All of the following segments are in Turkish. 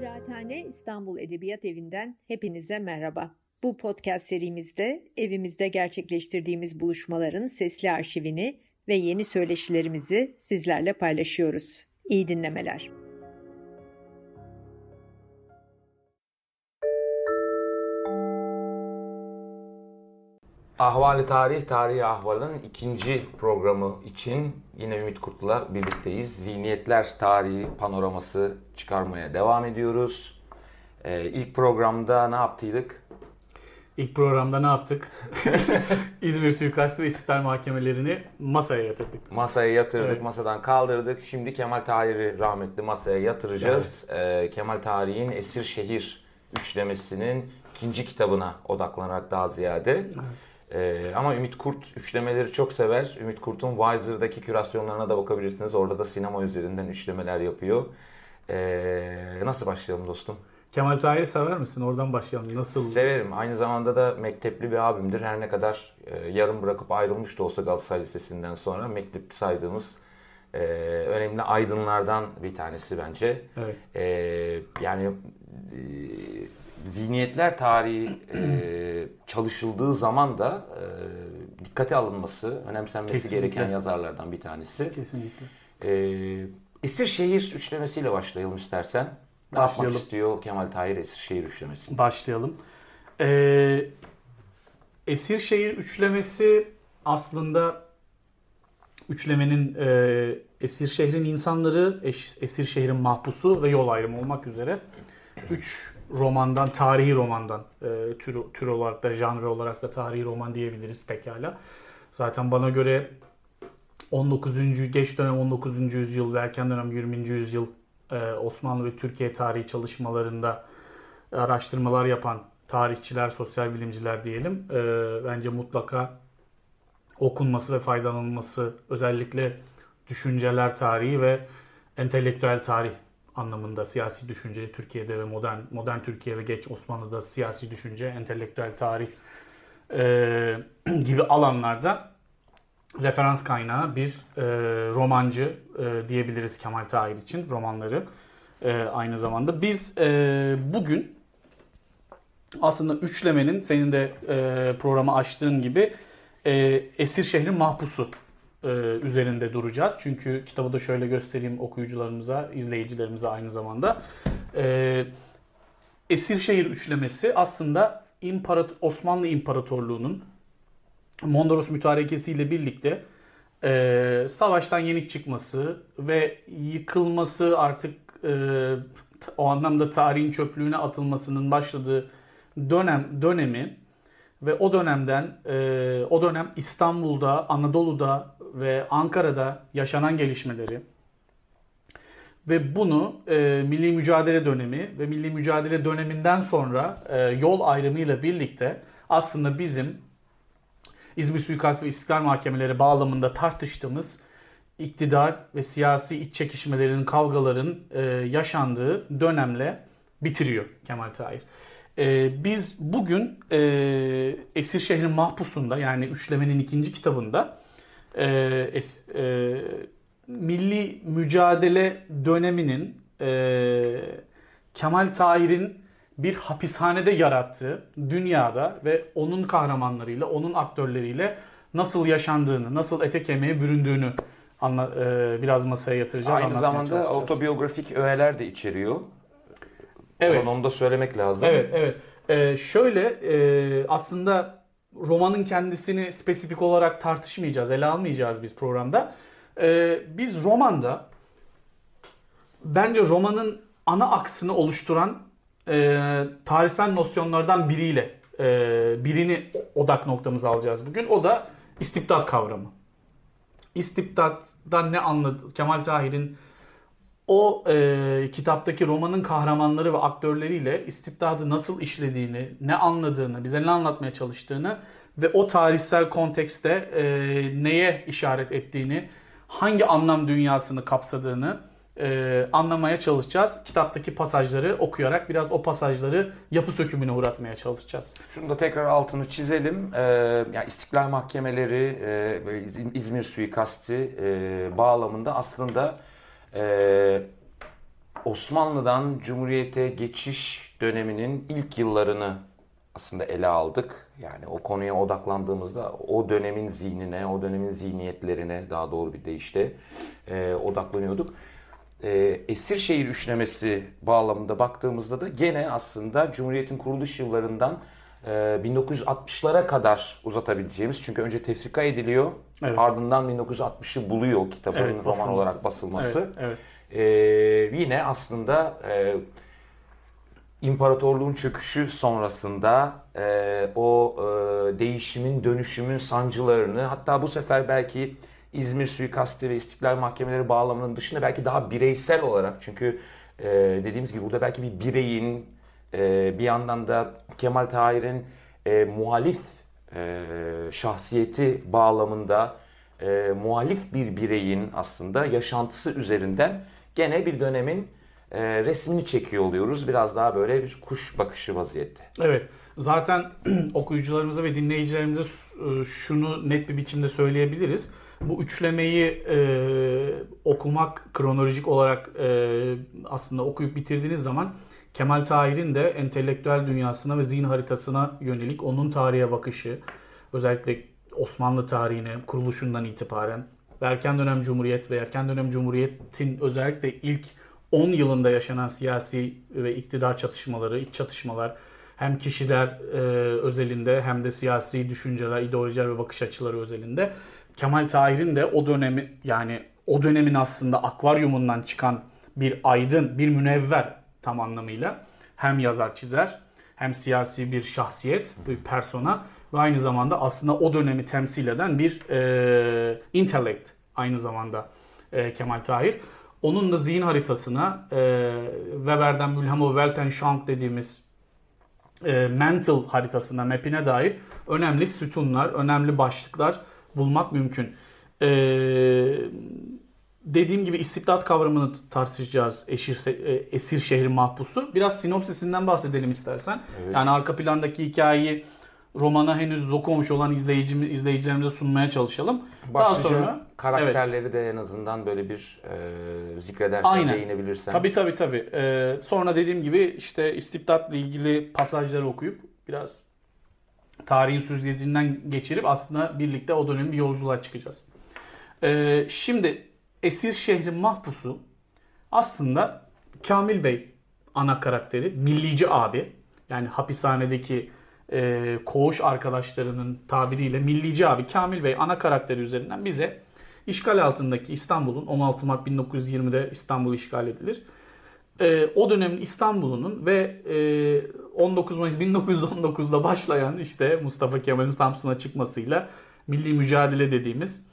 Kıraathane İstanbul Edebiyat Evi'nden hepinize merhaba. Bu podcast serimizde evimizde gerçekleştirdiğimiz buluşmaların sesli arşivini ve yeni söyleşilerimizi sizlerle paylaşıyoruz. İyi dinlemeler. Ahval-i Tarih, Tarihi Ahval'ın ikinci programı için yine Ümit Kurt'la birlikteyiz. Zihniyetler tarihi panoraması çıkarmaya devam ediyoruz. İlk programda ne yaptıydık? İlk programda ne yaptık? İzmir suikastı ve İstiklal mahkemelerini masaya yatırdık. Masaya yatırdık, evet. Masadan kaldırdık. Şimdi Kemal Tahir'i rahmetli masaya yatıracağız. Evet. Kemal Tahir'in Esir Şehir üçlemesinin ikinci kitabına odaklanarak daha ziyade. Evet. Ama Ümit Kurt üçlemeleri çok sever. Ümit Kurt'un Wiser'daki kürasyonlarına da bakabilirsiniz. Orada da sinema üzerinden üçlemeler yapıyor. Nasıl başlayalım dostum? Kemal Tahir'i sever misin? Oradan başlayalım. Nasıl? Severim. Aynı zamanda da mektepli bir abimdir. Her ne kadar yarım bırakıp ayrılmış da olsa Galatasaray Lisesi'nden sonra mektepli saydığımız önemli aydınlardan bir tanesi bence. Evet. Zihniyetler tarihi çalışıldığı zaman da dikkate alınması, önemsenmesi Kesinlikle. gereken yazarlardan bir tanesi. Kesinlikle. Esir Şehir üçlemesiyle başlayalım istersen. Ne yapmak istiyor Kemal Tahir Esir Şehir üçlemesi? Başlayalım. Esir Şehir üçlemesi aslında üçlemenin Esir Şehrin insanları, Esir Şehrin mahpusu ve yol ayrımı olmak üzere 3 romandan, tarihi romandan tür olarak da, janr olarak da tarihi roman diyebiliriz pekala. Zaten bana göre geç dönem 19. yüzyıl ve erken dönem 20. yüzyıl Osmanlı ve Türkiye tarihi çalışmalarında araştırmalar yapan tarihçiler, sosyal bilimciler diyelim. Bence mutlaka okunması ve faydalanılması, özellikle düşünceler tarihi ve entelektüel tarih anlamında siyasi düşünce Türkiye'de ve modern Türkiye ve geç Osmanlı'da siyasi düşünce, entelektüel tarih gibi alanlarda referans kaynağı bir romancı diyebiliriz Kemal Tahir için romanları aynı zamanda. Biz bugün aslında üçlemenin senin de programı açtığın gibi Esir Şehrin Mahpusu üzerinde duracağız. Çünkü kitabı da şöyle göstereyim okuyucularımıza, izleyicilerimize aynı zamanda. Esir Şehir üçlemesi aslında Osmanlı İmparatorluğu'nun Mondros Mütarekesi ile birlikte savaştan yenik çıkması ve yıkılması, artık o anlamda tarihin çöplüğüne atılmasının başladığı dönemi ve o dönem İstanbul'da, Anadolu'da ve Ankara'da yaşanan gelişmeleri ve bunu milli mücadele dönemi ve milli mücadele döneminden sonra yol ayrımıyla birlikte aslında bizim İzmir suikastı ve İstiklal mahkemeleri bağlamında tartıştığımız iktidar ve siyasi iç çekişmelerin, kavgaların yaşandığı dönemle bitiriyor Kemal Tahir. Biz bugün Esir Şehrin Mahpusunda, yani üçlemenin ikinci kitabında milli mücadele döneminin Kemal Tahir'in bir hapishanede yarattığı dünyada ve onun kahramanlarıyla, onun aktörleriyle nasıl yaşandığını, nasıl ete kemiğe büründüğünü biraz masaya yatıracağız. Aynı zamanda otobiyografik öğeler de içeriyor. Evet. Onu da söylemek lazım. Evet. Aslında romanın kendisini spesifik olarak tartışmayacağız, ele almayacağız biz programda. Biz romanda bence romanın ana aksını oluşturan tarihsel nosyonlardan birini odak noktamıza alacağız bugün. O da istibdat kavramı. İstibdat'tan ne anladı? Kemal Tahir'in o kitaptaki romanın kahramanları ve aktörleriyle istibdadı nasıl işlediğini, ne anladığını, bize ne anlatmaya çalıştığını ve o tarihsel kontekste neye işaret ettiğini, hangi anlam dünyasını kapsadığını anlamaya çalışacağız. Kitaptaki pasajları okuyarak biraz o pasajları yapı sökümüne uğratmaya çalışacağız. Şunu da tekrar altını çizelim. Yani İstiklal Mahkemeleri, İzmir suikastı bağlamında aslında Osmanlı'dan Cumhuriyet'e geçiş döneminin ilk yıllarını aslında ele aldık. Yani o konuya odaklandığımızda o dönemin zihnine, o dönemin zihniyetlerine daha doğru bir deyişle odaklanıyorduk. Esirşehir üçlemesi bağlamında baktığımızda da gene aslında Cumhuriyet'in kuruluş yıllarından 1960'lara kadar uzatabileceğimiz. Çünkü önce tefrika ediliyor, evet. Ardından 1960'ı buluyor kitabın evet, roman olarak basılması. Evet, evet. Yine aslında imparatorluğun çöküşü sonrasında o değişimin, dönüşümün sancılarını, hatta bu sefer belki İzmir suikasti ve İstiklal Mahkemeleri bağlamının dışında belki daha bireysel olarak, çünkü dediğimiz gibi burada belki bir bireyin, bir yandan da Kemal Tahir'in muhalif şahsiyeti bağlamında muhalif bir bireyin aslında yaşantısı üzerinden gene bir dönemin resmini çekiyor oluyoruz. Biraz daha böyle bir kuş bakışı vaziyette. Evet. Zaten okuyucularımıza ve dinleyicilerimize şunu net bir biçimde söyleyebiliriz. Bu üçlemeyi okumak, kronolojik olarak aslında okuyup bitirdiğiniz zaman Kemal Tahir'in de entelektüel dünyasına ve zihin haritasına yönelik onun tarihe bakışı, özellikle Osmanlı tarihine kuruluşundan itibaren erken dönem Cumhuriyet ve erken dönem Cumhuriyet'in özellikle ilk 10 yılında yaşanan siyasi ve iktidar çatışmaları, iç çatışmalar hem kişiler özelinde hem de siyasi düşünceler, ideolojiler ve bakış açıları özelinde Kemal Tahir'in de o dönemi, yani o dönemin aslında akvaryumundan çıkan bir aydın, bir münevver tam anlamıyla hem yazar çizer hem siyasi bir şahsiyet, bir persona ve aynı zamanda aslında o dönemi temsil eden bir intellect aynı zamanda Kemal Tahir. Onun da zihin haritasına Weber'den Mülham Weltanschauung dediğimiz mental haritasına, map'ine dair önemli sütunlar, önemli başlıklar bulmak mümkün. Dediğim gibi istibdat kavramını tartışacağız. Esir şehri mahpusu. Biraz sinopsisinden bahsedelim istersen. Evet. Yani arka plandaki hikayeyi romana henüz okumamış olan izleyicilerimize sunmaya çalışalım. Daha sonra karakterleri evet. de en azından böyle bir zikredersen, aynen. Değinebilirsen. Tabii. Sonra dediğim gibi işte istibdatla ilgili pasajları okuyup biraz tarihin süzgecinden geçirip aslında birlikte o dönemin bir yolculuğa çıkacağız. Şimdi Esir Şehri Mahpusu aslında Kamil Bey ana karakteri, millici abi. Yani hapishanedeki koğuş arkadaşlarının tabiriyle millici abi Kamil Bey ana karakteri üzerinden bize işgal altındaki İstanbul'un 16 Mart 1920'de İstanbul işgal edilir. O dönemin İstanbul'unun ve 19 Mayıs 1919'da başlayan işte Mustafa Kemal'in Samsun'a çıkmasıyla milli mücadele dediğimiz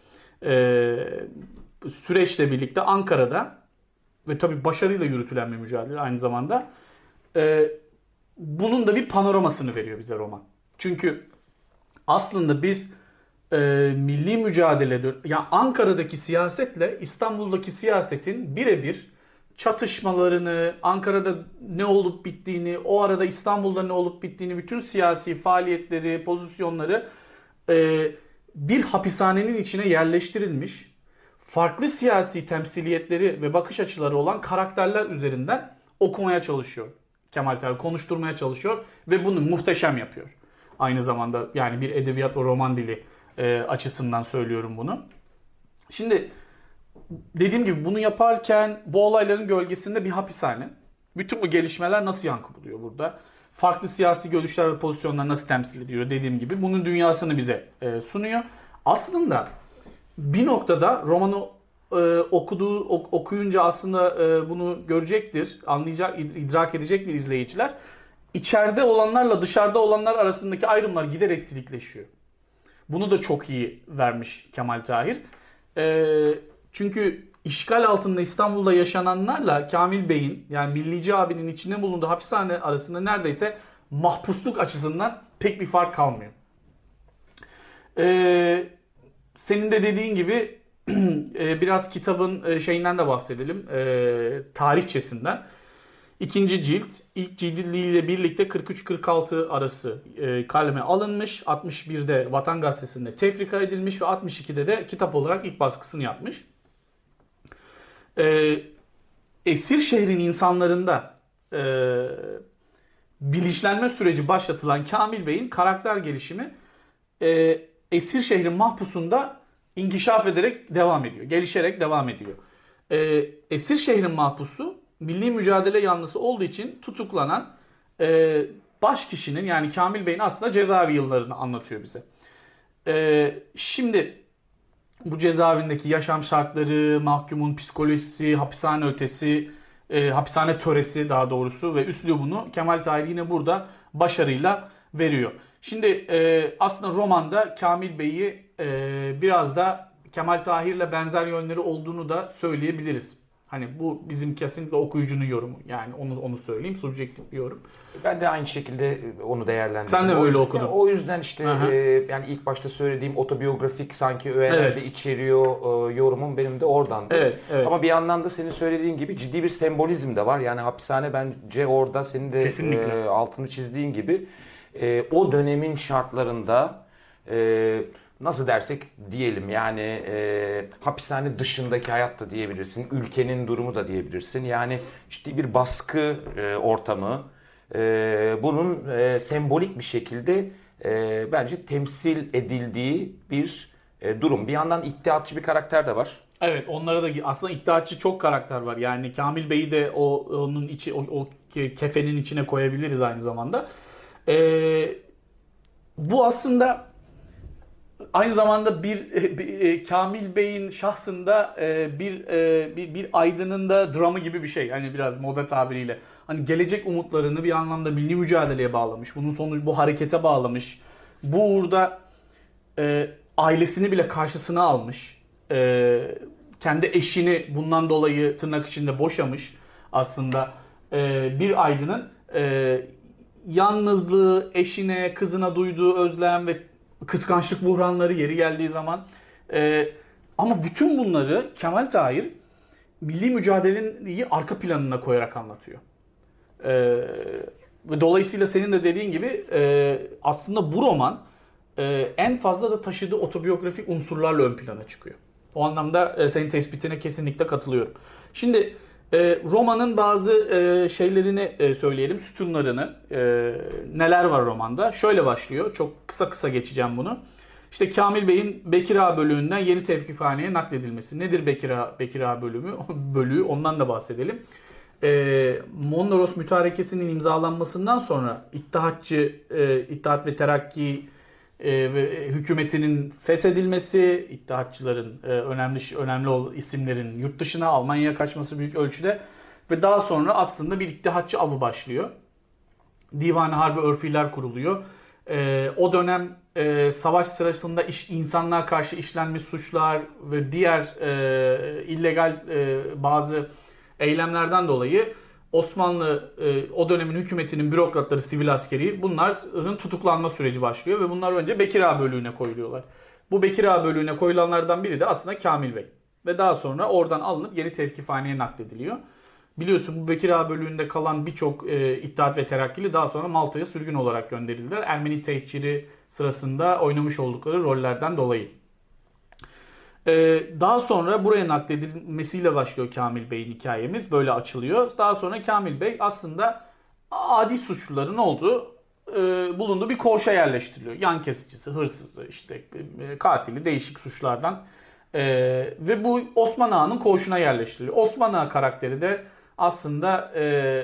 süreçle birlikte Ankara'da ve tabii başarıyla yürütülen bir mücadele aynı zamanda bunun da bir panoramasını veriyor bize roman. Çünkü aslında biz milli mücadele, yani Ankara'daki siyasetle İstanbul'daki siyasetin birebir çatışmalarını, Ankara'da ne olup bittiğini, o arada İstanbul'da ne olup bittiğini, bütün siyasi faaliyetleri, pozisyonları bir hapishanenin içine yerleştirilmiş, farklı siyasi temsiliyetleri ve bakış açıları olan karakterler üzerinden okumaya çalışıyor. Kemal Tahir konuşturmaya çalışıyor ve bunu muhteşem yapıyor. Aynı zamanda yani bir edebiyat ve roman dili açısından söylüyorum bunu. Şimdi dediğim gibi bunu yaparken bu olayların gölgesinde bir hapishane. Bütün bu gelişmeler nasıl yankı buluyor burada? Farklı siyasi görüşler ve pozisyonlar nasıl temsil ediyor dediğim gibi. Bunun dünyasını bize sunuyor. Aslında bir noktada romanı okuyunca aslında bunu görecektir, anlayacak, idrak edecektir izleyiciler. İçeride olanlarla dışarıda olanlar arasındaki ayrımlar giderek silikleşiyor. Bunu da çok iyi vermiş Kemal Tahir. Çünkü işgal altında İstanbul'da yaşananlarla Kamil Bey'in, yani millici abinin içinde bulunduğu hapishane arasında neredeyse mahpusluk açısından pek bir fark kalmıyor. Senin de dediğin gibi biraz kitabın şeyinden de bahsedelim. Tarihçesinden. İkinci cilt, ilk cildiyle birlikte 43-46 arası kaleme alınmış. 61'de Vatan Gazetesi'nde tefrika edilmiş ve 62'de de kitap olarak ilk baskısını yapmış. esir şehrin insanlarında bilinçlenme süreci başlatılan Kamil Bey'in karakter gelişimi esir şehrin mahpusunda inkişaf ederek devam ediyor. Gelişerek devam ediyor. Esir şehrin mahpusu milli mücadele yanlısı olduğu için tutuklanan baş kişinin, yani Kamil Bey'in aslında cezaevi yıllarını anlatıyor bize. Şimdi bu cezaevindeki yaşam şartları, mahkumun psikolojisi, hapishane ötesi, hapishane töresi daha doğrusu ve üslubunu Kemal Tahir yine burada başarıyla veriyor. Şimdi aslında romanda Kamil Bey'i biraz da Kemal Tahir'le benzer yönleri olduğunu da söyleyebiliriz. Hani bu bizim kesinlikle okuyucunun yorumu. Yani onu söyleyeyim. Subjektif bir yorum. Ben de aynı şekilde onu değerlendirdim. Sen de böyle okudun. O yüzden işte yani ilk başta söylediğim otobiyografik sanki öğeler de içeriyor yorumum benim de oradandı. Evet. Ama bir yandan da senin söylediğin gibi ciddi bir sembolizm de var. Yani hapishane bence orada senin de altını çizdiğin gibi o dönemin şartlarında nasıl dersek diyelim yani hapishane dışındaki hayat da diyebilirsin, ülkenin durumu da diyebilirsin. Yani ciddi bir baskı ortamı, bunun sembolik bir şekilde bence temsil edildiği bir durum. Bir yandan iddiatçı bir karakter de var. Evet, onlara da aslında iddiatçı çok karakter var. Yani Kamil Bey'i de onun içi o kefenin içine koyabiliriz aynı zamanda. Bu aslında aynı zamanda bir Kamil Bey'in şahsında bir aydının da dramı gibi bir şey. Hani biraz moda tabiriyle. Hani gelecek umutlarını bir anlamda milli mücadeleye bağlamış. Bunun sonucu bu harekete bağlamış. Bu uğurda ailesini bile karşısına almış. Kendi eşini bundan dolayı tırnak içinde boşamış aslında. Bir aydının yalnızlığı, eşine, kızına duyduğu özlem ve kıskançlık buhranları yeri geldiği zaman. Ama bütün bunları Kemal Tahir milli mücadeleyi arka planına koyarak anlatıyor. Ve dolayısıyla senin de dediğin gibi aslında bu roman en fazla da taşıdığı otobiyografik unsurlarla ön plana çıkıyor. O anlamda senin tespitine kesinlikle katılıyorum. Şimdi romanın bazı şeylerini söyleyelim, sütunlarını. Neler var romanda? Şöyle başlıyor. Çok kısa geçeceğim bunu. İşte Kamil Bey'in Bekir Ağa bölüğünden Yeni Tevkifhane'ye nakledilmesi. Nedir Bekir Ağa bölüğü? Ondan da bahsedelim. Mondros Mütarekesi'nin imzalanmasından sonra İttihat ve Terakki ve hükümetinin feshedilmesi, İttihatçıların önemli isimlerin yurt dışına, Almanya'ya kaçması büyük ölçüde ve daha sonra aslında bir İttihatçı avı başlıyor. Divan-ı Harbi Örfiler kuruluyor. O dönem savaş sırasında insanlığa karşı işlenmiş suçlar ve diğer illegal bazı eylemlerden dolayı Osmanlı o dönemin hükümetinin bürokratları, sivil askeri, bunların tutuklanma süreci başlıyor ve bunlar önce Bekir Ağa bölüğüne koyuluyorlar. Bu Bekir Ağa bölüğüne koyulanlardan biri de aslında Kamil Bey. Ve daha sonra oradan alınıp Yeni Tevkifhane'ye naklediliyor. Biliyorsun bu Bekir Ağa bölüğünde kalan birçok İttihat ve Terakkili daha sonra Malta'ya sürgün olarak gönderildiler. Ermeni tehciri sırasında oynamış oldukları rollerden dolayı. Daha sonra buraya nakledilmesiyle başlıyor Kamil Bey'in hikayemiz. Böyle açılıyor. Daha sonra Kamil Bey aslında adi suçluların olduğu bulunduğu bir koğuşa yerleştiriliyor. Yan kesicisi, hırsızı, işte katili, değişik suçlardan. Ve bu Osman Ağa'nın koğuşuna yerleştiriliyor. Osman Ağa karakteri de aslında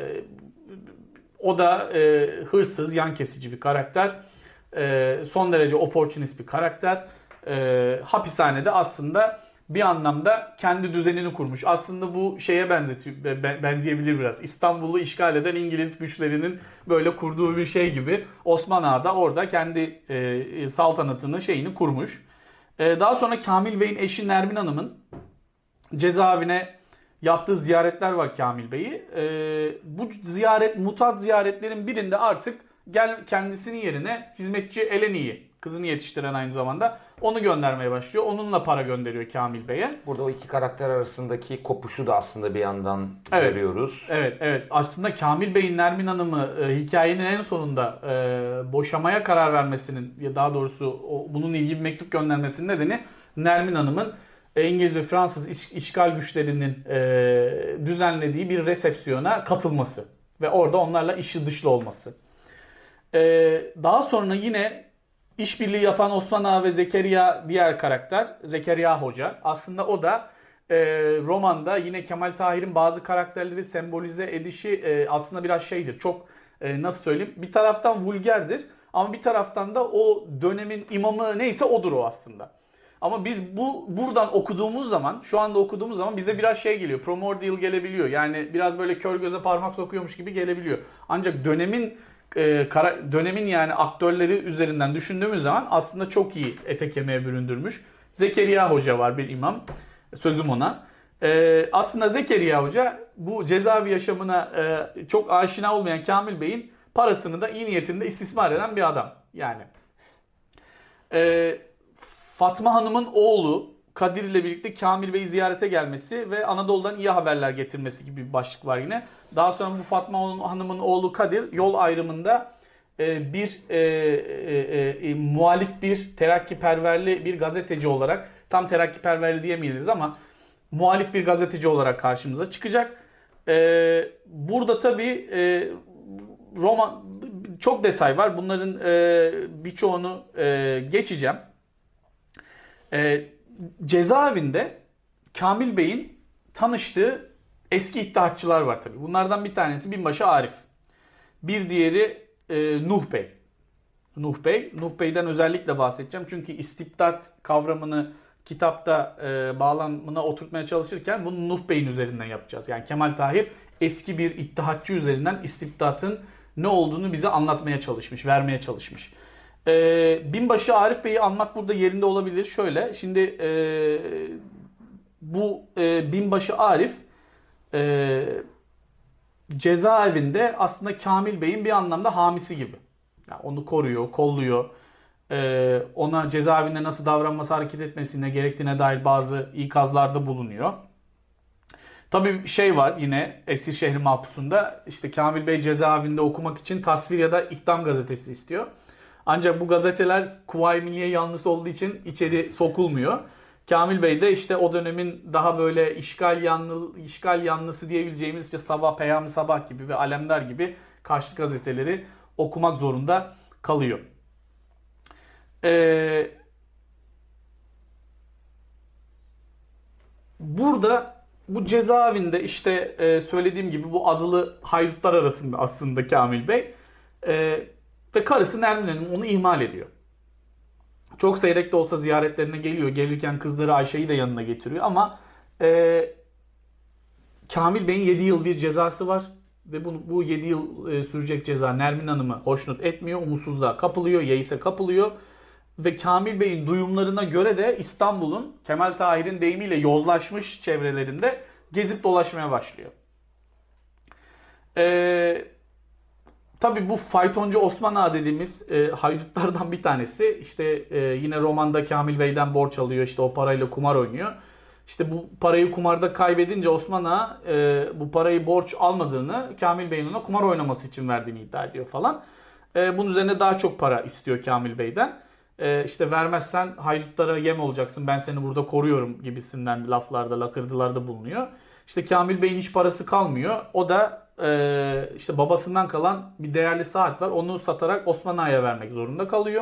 o da hırsız, yan kesici bir karakter. Son derece opportunist bir karakter. Hapishanede aslında bir anlamda kendi düzenini kurmuş. Aslında bu şeye benzeyebilir biraz. İstanbul'u işgal eden İngiliz güçlerinin böyle kurduğu bir şey gibi. Osman Ağa da orada kendi saltanatını, şeyini kurmuş. Daha sonra Kamil Bey'in eşi Nermin Hanım'ın cezaevine yaptığı ziyaretler var Kamil Bey'i. Bu mutat ziyaretlerin birinde artık kendisinin yerine hizmetçi Eleni'yi, kızını yetiştiren aynı zamanda, onu göndermeye başlıyor. Onunla para gönderiyor Kamil Bey'e. Burada o iki karakter arasındaki kopuşu da aslında bir yandan görüyoruz. Evet. Aslında Kamil Bey'in Nermin Hanım'ı hikayenin en sonunda boşamaya karar vermesinin, ya daha doğrusu bununla ilgili bir mektup göndermesinin nedeni Nermin Hanım'ın İngiliz ve Fransız işgal güçlerinin düzenlediği bir resepsiyona katılması ve orada onlarla içli dışlı olması. Daha sonra yine işbirliği yapan Osman Ağa ve Zekeriya diğer karakter, Zekeriya Hoca. Aslında o da romanda yine Kemal Tahir'in bazı karakterleri sembolize edişi aslında biraz şeydir. Çok nasıl söyleyeyim? Bir taraftan vulgerdir ama bir taraftan da o dönemin imamı neyse odur o aslında. Ama biz buradan okuduğumuz zaman, şu anda okuduğumuz zaman bize biraz şey geliyor. Primordial gelebiliyor. Yani biraz böyle kör göze parmak sokuyormuş gibi gelebiliyor. Ancak dönemin yani aktörleri üzerinden düşündüğümüz zaman aslında çok iyi ete kemiğe büründürmüş. Zekeriya Hoca var, bir imam. Sözüm ona. Aslında Zekeriya Hoca bu cezaevi yaşamına çok aşina olmayan Kamil Bey'in parasını da iyi niyetinde istismar eden bir adam. Yani Fatma Hanım'ın oğlu Kadir ile birlikte Kamil Bey'i ziyarete gelmesi ve Anadolu'dan iyi haberler getirmesi gibi bir başlık var yine. Daha sonra bu Fatma Hanım'ın oğlu Kadir yol ayrımında muhalif bir terakkiperverli bir gazeteci olarak, tam terakkiperverli diyemeyiz ama muhalif bir gazeteci olarak karşımıza çıkacak. Burada tabii roman çok detay var. Bunların birçoğunu geçeceğim. Cezaevinde Kamil Bey'in tanıştığı eski iddiatçılar var tabii. Bunlardan bir tanesi binbaşı Arif. Bir diğeri Nuh Bey. Nuh Bey'den özellikle bahsedeceğim. Çünkü istibdat kavramını kitapta bağlamına oturtmaya çalışırken bunu Nuh Bey'in üzerinden yapacağız. Yani Kemal Tahir eski bir iddiatçı üzerinden istibdatın ne olduğunu bize anlatmaya çalışmış, vermeye çalışmış. Binbaşı Arif Bey'i anmak burada yerinde olabilir. Şöyle, şimdi bu Binbaşı Arif cezaevinde aslında Kamil Bey'in bir anlamda hamisi gibi. Yani onu koruyor, kolluyor. Ona cezaevinde nasıl davranması, hareket etmesine gerektiğine dair bazı ikazlarda bulunuyor. Tabii bir şey var yine Esirşehir mahpusunda. İşte Kamil Bey cezaevinde okumak için Tasvir ya da İkdam gazetesi istiyor. Ancak bu gazeteler Kuvayi Milliye yanlısı olduğu için içeri sokulmuyor. Kamil Bey de işte o dönemin daha böyle işgal yanlısı diyebileceğimiz işte Sabah, Peyam-ı Sabah gibi ve Alemdar gibi karşıt gazeteleri okumak zorunda kalıyor. Burada bu cezaevinde işte söylediğim gibi bu azılı haydutlar arasında aslında Kamil Bey ve karısı Nermin Hanım onu ihmal ediyor. Çok seyrek de olsa ziyaretlerine geliyor. Gelirken kızları Ayşe'yi de yanına getiriyor ama Kamil Bey'in 7 yıl bir cezası var. Ve bu 7 yıl sürecek ceza Nermin Hanım'ı hoşnut etmiyor. Umutsuzluğa kapılıyor, yeise kapılıyor. Ve Kamil Bey'in duyumlarına göre de İstanbul'un Kemal Tahir'in deyimiyle yozlaşmış çevrelerinde gezip dolaşmaya başlıyor. Tabii bu faytoncu Osman Ağa dediğimiz haydutlardan bir tanesi. İşte yine romanda Kamil Bey'den borç alıyor. İşte o parayla kumar oynuyor. İşte bu parayı kumarda kaybedince Osman Ağa bu parayı borç almadığını, Kamil Bey'in ona kumar oynaması için verdiğini iddia ediyor falan. Bunun üzerine daha çok para istiyor Kamil Bey'den. İşte vermezsen haydutlara yem olacaksın, ben seni burada koruyorum gibisinden laflarda, lakırdılarda bulunuyor. İşte Kamil Bey'in hiç parası kalmıyor. O da işte babasından kalan bir değerli saat var. Onu satarak Osman Ağa'ya vermek zorunda kalıyor.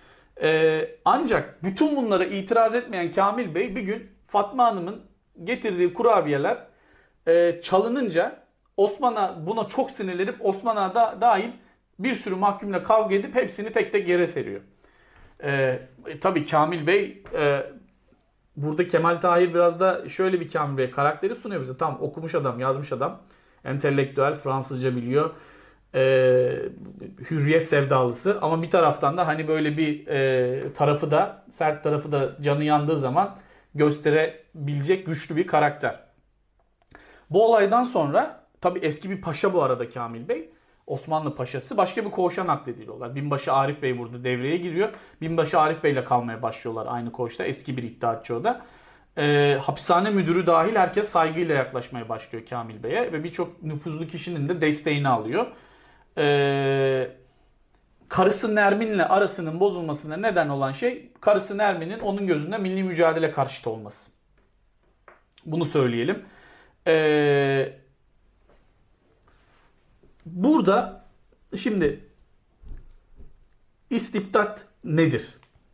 Ancak bütün bunlara itiraz etmeyen Kamil Bey bir gün Fatma Hanım'ın getirdiği kurabiyeler çalınınca Osman Ağa buna çok sinirlenip Osman Ağa da dahil bir sürü mahkumla kavga edip hepsini tek tek yere seriyor. Tabii Kamil Bey burada Kemal Tahir biraz da şöyle bir Kamil Bey karakteri sunuyor bize. Tamam, okumuş adam, yazmış adam. Entelektüel, Fransızca biliyor. Hürriyet sevdalısı. Ama bir taraftan da hani böyle bir tarafı da, sert tarafı da canı yandığı zaman gösterebilecek güçlü bir karakter. Bu olaydan sonra tabii eski bir paşa bu arada Kamil Bey. Osmanlı paşası, başka bir koğuşa naklediliyorlar. Binbaşı Arif Bey burada devreye giriyor. Binbaşı Arif Bey ile kalmaya başlıyorlar aynı koğuşta. Eski bir iddiatçı o da. Hapishane müdürü dahil herkes saygıyla yaklaşmaya başlıyor Kamil Bey'e. Ve birçok nüfuzlu kişinin de desteğini alıyor. Karısı Nermin'le arasının bozulmasına neden olan şey, karısı Nermin'in onun gözünde milli mücadele karşıtı olması. Bunu söyleyelim. Burada şimdi istibdat nedir?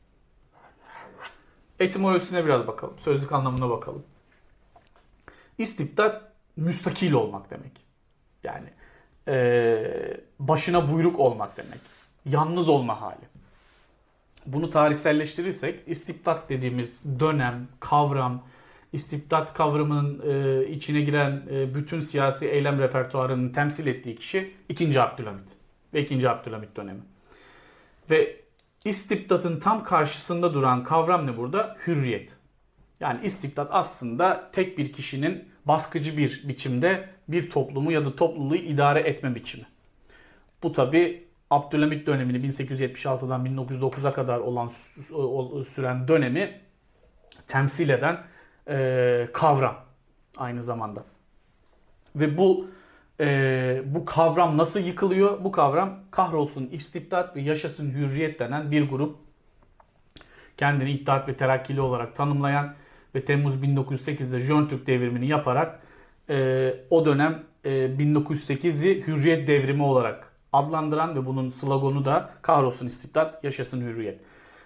Etimolojisine biraz bakalım. Sözlük anlamına bakalım. İstibdat müstakil olmak demek. Yani başına buyruk olmak demek. Yalnız olma hali. Bunu tarihselleştirirsek istibdat dediğimiz dönem, kavram, istibdat kavramının içine giren bütün siyasi eylem repertuarının temsil ettiği kişi 2. Abdülhamit ve 2. Abdülhamit dönemi. Ve istibdatın tam karşısında duran kavram ne burada? Hürriyet. Yani istibdat aslında tek bir kişinin baskıcı bir biçimde bir toplumu ya da topluluğu idare etme biçimi. Bu tabi Abdülhamit dönemini 1876'dan 1909'a kadar olan süren dönemi temsil eden kavram aynı zamanda. Ve bu kavram nasıl yıkılıyor? Bu kavram kahrolsun istibdat ve yaşasın hürriyet denen bir grup kendini İttihat ve Terakkili olarak tanımlayan ve Temmuz 1908'de Jön Türk devrimini yaparak o dönem 1908'i Hürriyet Devrimi olarak adlandıran ve bunun sloganı da kahrolsun istibdat, yaşasın hürriyet.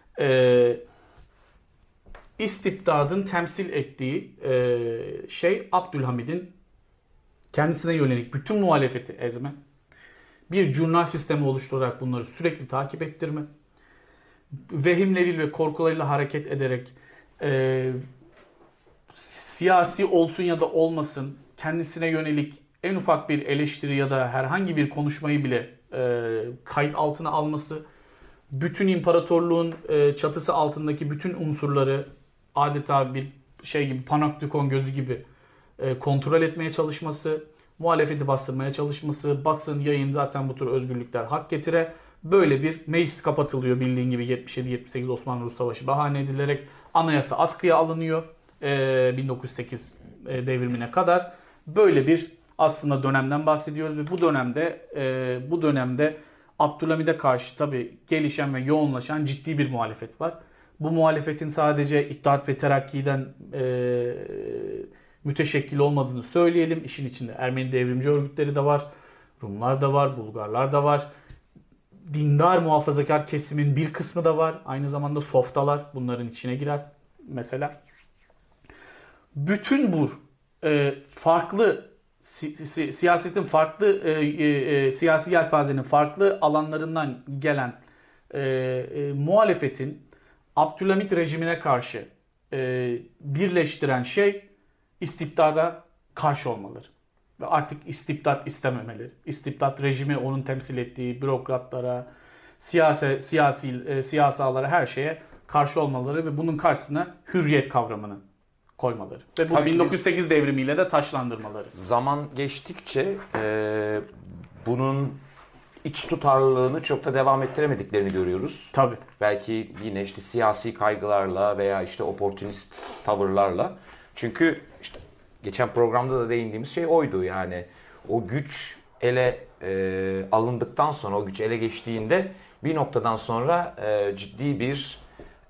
İstibdadın temsil ettiği şey Abdülhamid'in kendisine yönelik bütün muhalefeti ezme, bir jurnal sistemi oluşturarak bunları sürekli takip ettirme, vehimleriyle ve korkularıyla hareket ederek siyasi olsun ya da olmasın kendisine yönelik en ufak bir eleştiri ya da herhangi bir konuşmayı bile kayıt altına alması, bütün imparatorluğun çatısı altındaki bütün unsurları adeta bir şey gibi panoptikon gözü gibi kontrol etmeye çalışması, muhalefeti bastırmaya çalışması, basın, yayın zaten bu tür özgürlükler hak getire. Böyle bir meclis kapatılıyor bildiğin gibi 77-78 Osmanlı-Rus Savaşı bahane edilerek anayasa askıya alınıyor 1908 devrimine kadar. Böyle bir aslında dönemden bahsediyoruz ve bu dönemde Abdülhamid'e karşı tabii gelişen ve yoğunlaşan ciddi bir muhalefet var. Bu muhalefetin sadece İttihat ve Terakki'den müteşekkil olmadığını söyleyelim. İşin içinde Ermeni devrimci örgütleri de var, Rumlar da var, Bulgarlar da var. Dindar muhafazakar kesimin bir kısmı da var. Aynı zamanda softalar bunların içine girer mesela. Bütün bu farklı siyasetin farklı siyasi yelpazenin farklı alanlarından gelen muhalefetin Abdülhamit rejimine karşı birleştiren şey istibdada karşı olmaları. Ve artık istibdat istememeleri. İstibdat rejimi onun temsil ettiği bürokratlara, siyasalara her şeye karşı olmaları ve bunun karşısına hürriyet kavramını koymaları. Ve bu tabii 1908 devrimiyle de taşlandırmaları. Zaman geçtikçe bunun iç tutarlılığını çok da devam ettiremediklerini görüyoruz. Tabii. Belki yine işte siyasi kaygılarla veya işte oportunist tavırlarla. Çünkü işte geçen programda da değindiğimiz şey oydu yani. O güç ele alındıktan sonra, o güç ele geçtiğinde bir noktadan sonra ciddi bir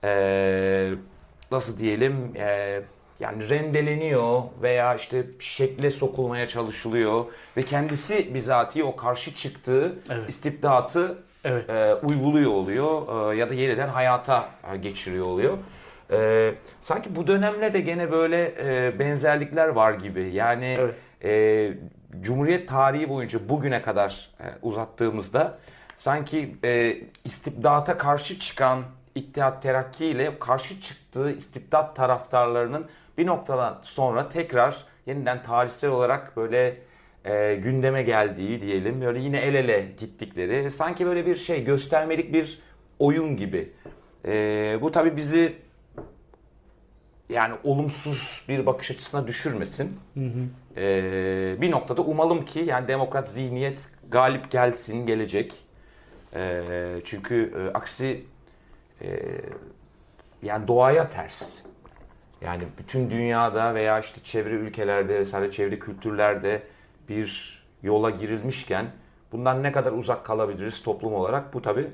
nasıl diyelim yani rendeleniyor veya işte şekle sokulmaya çalışılıyor ve kendisi bizatihi o karşı çıktığı istibdatı uyguluyor oluyor ya da yeniden hayata geçiriyor oluyor. Sanki bu dönemle de gene böyle benzerlikler var gibi. Yani Cumhuriyet tarihi boyunca bugüne kadar uzattığımızda sanki istibdata karşı çıkan İttihat Terakki ile karşı çıktığı istibdat taraftarlarının bir noktadan sonra tekrar yeniden tarihsel olarak böyle gündeme geldiği diyelim. Böyle yine el ele gittikleri sanki böyle bir şey göstermelik bir oyun gibi. Bu tabii bizi yani olumsuz bir bakış açısına düşürmesin. Hı hı. Bir noktada umalım ki yani demokrat zihniyet galip gelsin, gelecek. Çünkü aksi yani doğaya ters. Yani bütün dünyada veya işte çevre ülkelerde vesaire çevre kültürlerde bir yola girilmişken bundan ne kadar uzak kalabiliriz toplum olarak bu tabii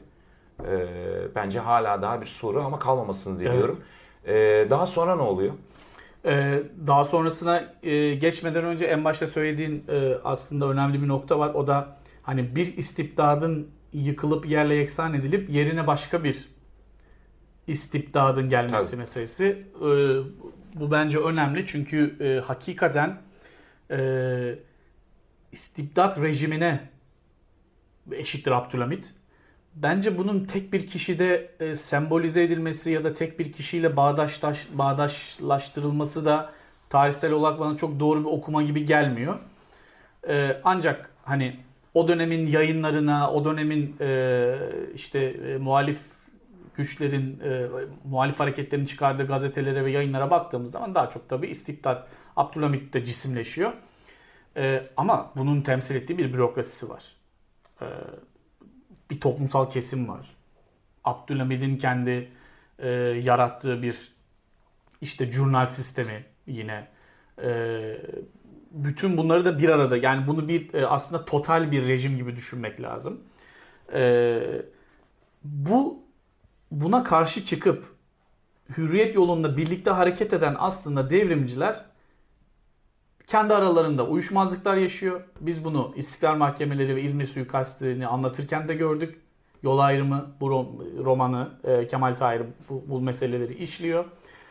bence hala daha bir soru ama kalmamasını diliyorum. Evet. Daha sonra ne oluyor? Daha sonrasına geçmeden önce en başta söylediğin aslında önemli bir nokta var. O da hani bir istibdadın yıkılıp yerle yeksan edilip yerine başka bir istibdadın gelmesi Tabii. meselesi. Bu bence önemli çünkü hakikaten istibdat rejimine eşittir Abdülhamit. Bence bunun tek bir kişide sembolize edilmesi ya da tek bir kişiyle bağdaşlaştırılması da tarihsel olarak bana çok doğru bir okuma gibi gelmiyor. Ancak hani o dönemin yayınlarına, o dönemin muhalif güçlerin, muhalif hareketlerin çıkardığı gazetelere ve yayınlara baktığımız zaman daha çok tabii istibdat Abdülhamit'te cisimleşiyor. Ama bunun temsil ettiği bir bürokrasisi var. Bir toplumsal kesim var. Abdülhamid'in kendi yarattığı bir jurnal sistemi yine. Bütün bunları da bir arada, yani bunu bir aslında total bir rejim gibi düşünmek lazım. Buna karşı çıkıp hürriyet yolunda birlikte hareket eden aslında devrimciler kendi aralarında uyuşmazlıklar yaşıyor. Biz bunu İstiklal Mahkemeleri ve İzmir Suikastı'nı anlatırken de gördük. Yol ayrımı, bu romanı Kemal Tahir bu meseleleri işliyor.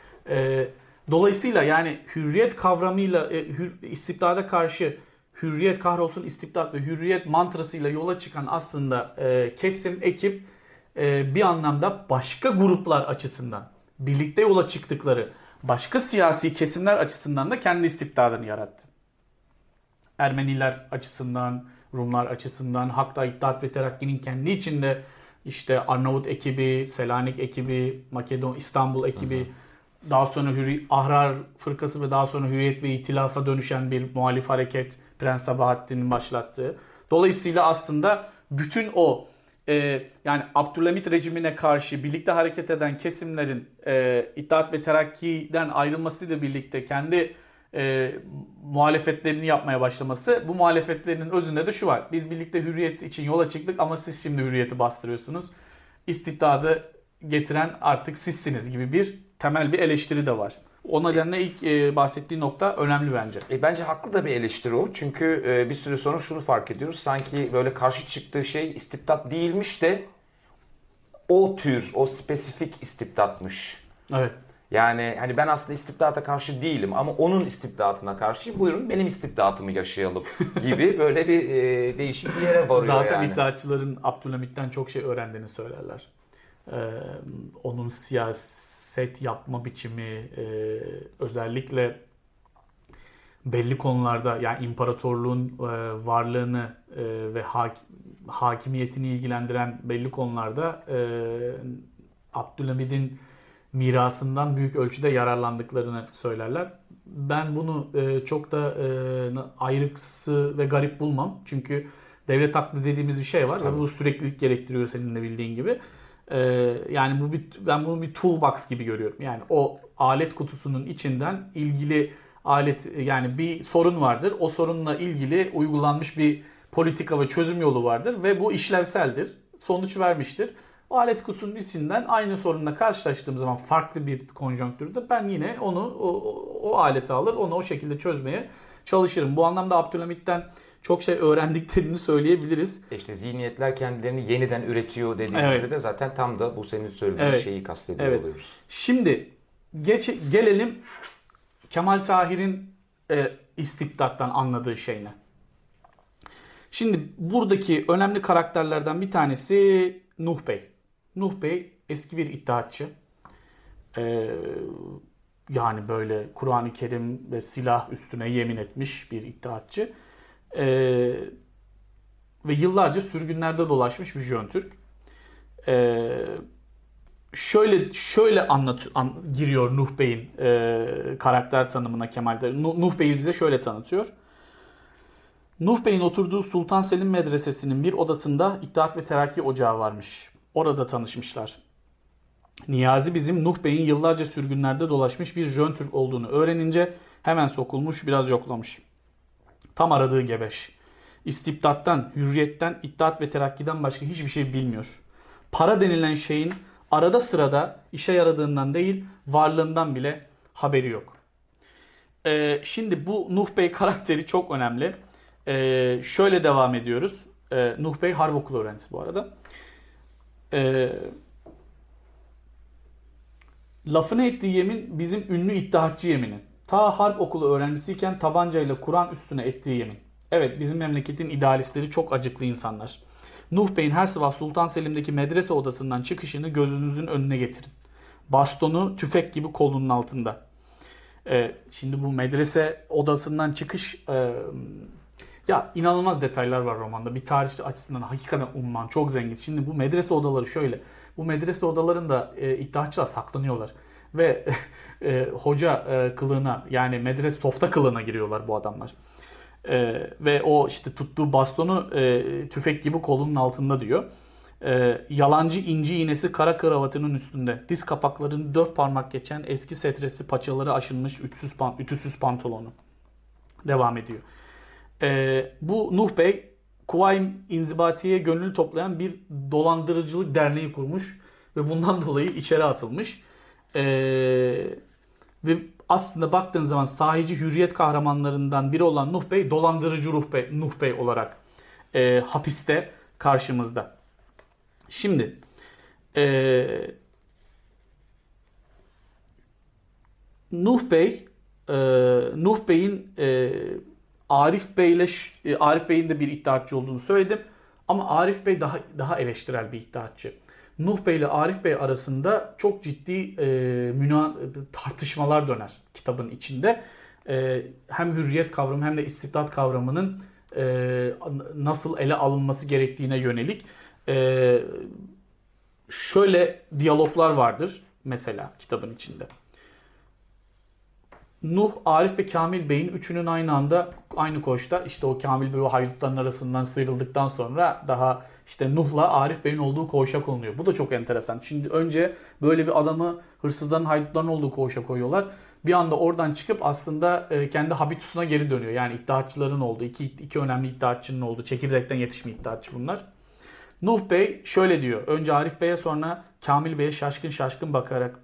Dolayısıyla yani hürriyet kavramıyla istibdada karşı hürriyet, kahrolsun istibdat ve hürriyet mantrasıyla yola çıkan aslında kesim, ekip bir anlamda başka gruplar açısından birlikte yola çıktıkları başka siyasi kesimler açısından da kendi istibdadını yarattı. Ermeniler açısından, Rumlar açısından, Hak'ta İttihat ve Terakki'nin kendi içinde Arnavut ekibi, Selanik ekibi, İstanbul ekibi, daha sonra Ahrar Fırkası ve daha sonra Hürriyet ve İtilaf'a dönüşen bir muhalif hareket Prens Sabahattin'in başlattığı. Dolayısıyla aslında bütün o yani Abdülhamit rejimine karşı birlikte hareket eden kesimlerin İttihat ve Terakki'den ayrılmasıyla birlikte kendi muhalefetlerini yapmaya başlaması, bu muhalefetlerinin özünde de şu var: biz birlikte hürriyet için yola çıktık ama siz şimdi hürriyeti bastırıyorsunuz. İstibdadı getiren artık sizsiniz gibi bir temel bir eleştiri de var. O nedenle ilk bahsettiği nokta önemli bence. Bence haklı da bir eleştiri o. Çünkü bir süre sonra şunu fark ediyoruz. Sanki böyle karşı çıktığı şey istibdat değilmiş de o tür, o spesifik istibdatmış. Evet. Yani hani ben aslında istibdata karşı değilim ama onun istibdatına karşıyım. Buyurun benim istibdatımı yaşayalım gibi böyle bir değişik bir yere varıyor. Zaten yani. İttihatçıların Abdülhamit'ten çok şey öğrendiğini söylerler. Onun siyaset yapma biçimi, özellikle belli konularda, yani imparatorluğun varlığını ve hakimiyetini ilgilendiren belli konularda Abdülhamid'in mirasından büyük ölçüde yararlandıklarını söylerler. Ben bunu çok da ayrıksı ve garip bulmam. Çünkü devlet aklı dediğimiz bir şey var ve bu süreklilik gerektiriyor, senin de bildiğin gibi. Yani ben bunu bir toolbox gibi görüyorum. Yani o alet kutusunun içinden ilgili alet, yani bir sorun vardır. O sorunla ilgili uygulanmış bir politika ve çözüm yolu vardır ve bu işlevseldir. Sonuç vermiştir. O alet kutusunun içinden aynı sorunla karşılaştığım zaman farklı bir konjonktürde ben yine o aleti alır, onu o şekilde çözmeye çalışırım. Bu anlamda Abdülhamit'ten çok şey öğrendiklerini söyleyebiliriz. Zihniyetler kendilerini yeniden üretiyor dediğimizde de zaten tam da bu senin söylediğin şeyi kastediyor oluyoruz. Şimdi gelelim Kemal Tahir'in istibdattan anladığı şeyine. Şimdi buradaki önemli karakterlerden bir tanesi Nuh Bey. Nuh Bey eski bir İttihatçı. Yani böyle Kur'an-ı Kerim ve silah üstüne yemin etmiş bir İttihatçı. Ve yıllarca sürgünlerde dolaşmış bir Jön Türk. Şöyle giriyor Nuh Bey'in karakter tanımına Kemal Tahir. Nuh Bey'i bize şöyle tanıtıyor. Nuh Bey'in oturduğu Sultan Selim Medresesi'nin bir odasında İttihat ve Terakki ocağı varmış. Orada tanışmışlar. Niyazi bizim Nuh Bey'in yıllarca sürgünlerde dolaşmış bir Jön Türk olduğunu öğrenince hemen sokulmuş, biraz yoklamış. Tam aradığı gebeş. İstibdattan, hürriyetten, İttihat ve Terakki'den başka hiçbir şey bilmiyor. Para denilen şeyin arada sırada işe yaradığından değil, varlığından bile haberi yok. Şimdi bu Nuh Bey karakteri çok önemli. Şöyle devam ediyoruz. Nuh Bey harp okulu öğrencisi bu arada. Lafını ettiği yemin bizim ünlü iddiatçı yemini. Ta harp okulu öğrencisiyken tabancayla Kur'an üstüne ettiği yemin. Evet, bizim memleketin idealistleri çok acıklı insanlar. Nuh Bey'in her sabah Sultan Selim'deki medrese odasından çıkışını gözünüzün önüne getirin. Bastonu tüfek gibi kolunun altında. Şimdi bu medrese odasından çıkış... ya inanılmaz detaylar var romanda. Bir tarih açısından hakikaten umman çok zengin. Şimdi bu medrese odaları şöyle. Bu medrese odalarında iddiaçılar saklanıyorlar. Ve hoca kılığına yani medrese softa kılığına giriyorlar bu adamlar. Ve o işte tuttuğu bastonu tüfek gibi kolunun altında diyor. Yalancı inci iğnesi kara kravatının üstünde. Diz kapaklarını 4 parmak geçen eski setresi paçaları aşınmış ütüsüz pantolonu. Devam ediyor. Bu Nuh Bey Kuvayi İnzibati'ye gönüllü toplayan bir dolandırıcılık derneği kurmuş ve bundan dolayı içeri atılmış. Ve aslında baktığın zaman sahici hürriyet kahramanlarından biri olan Nuh Bey dolandırıcı Nuh Bey olarak hapiste karşımızda. Şimdi Nuh Bey'in Arif Bey'in de bir iddiatçı olduğunu söyledim. Ama Arif Bey daha eleştirel bir iddiatçı. Nuh Bey ile Arif Bey arasında çok ciddi tartışmalar döner kitabın içinde. Hem hürriyet kavramı hem de istibdat kavramının nasıl ele alınması gerektiğine yönelik şöyle diyaloglar vardır mesela kitabın içinde. Nuh, Arif ve Kamil Bey'in üçünün aynı anda aynı koğuşta işte o Kamil Bey o haydutların arasından sıyrıldıktan sonra daha işte Nuh'la Arif Bey'in olduğu koğuşa konuluyor. Bu da çok enteresan. Şimdi önce böyle bir adamı hırsızların haydutların olduğu koğuşa koyuyorlar. Bir anda oradan çıkıp aslında kendi habitusuna geri dönüyor. Yani iddiatçıların olduğu, iki önemli iddiatçının olduğu, çekirdekten yetişme iddiatçı bunlar. Nuh Bey şöyle diyor. Önce Arif Bey'e sonra Kamil Bey'e şaşkın bakarak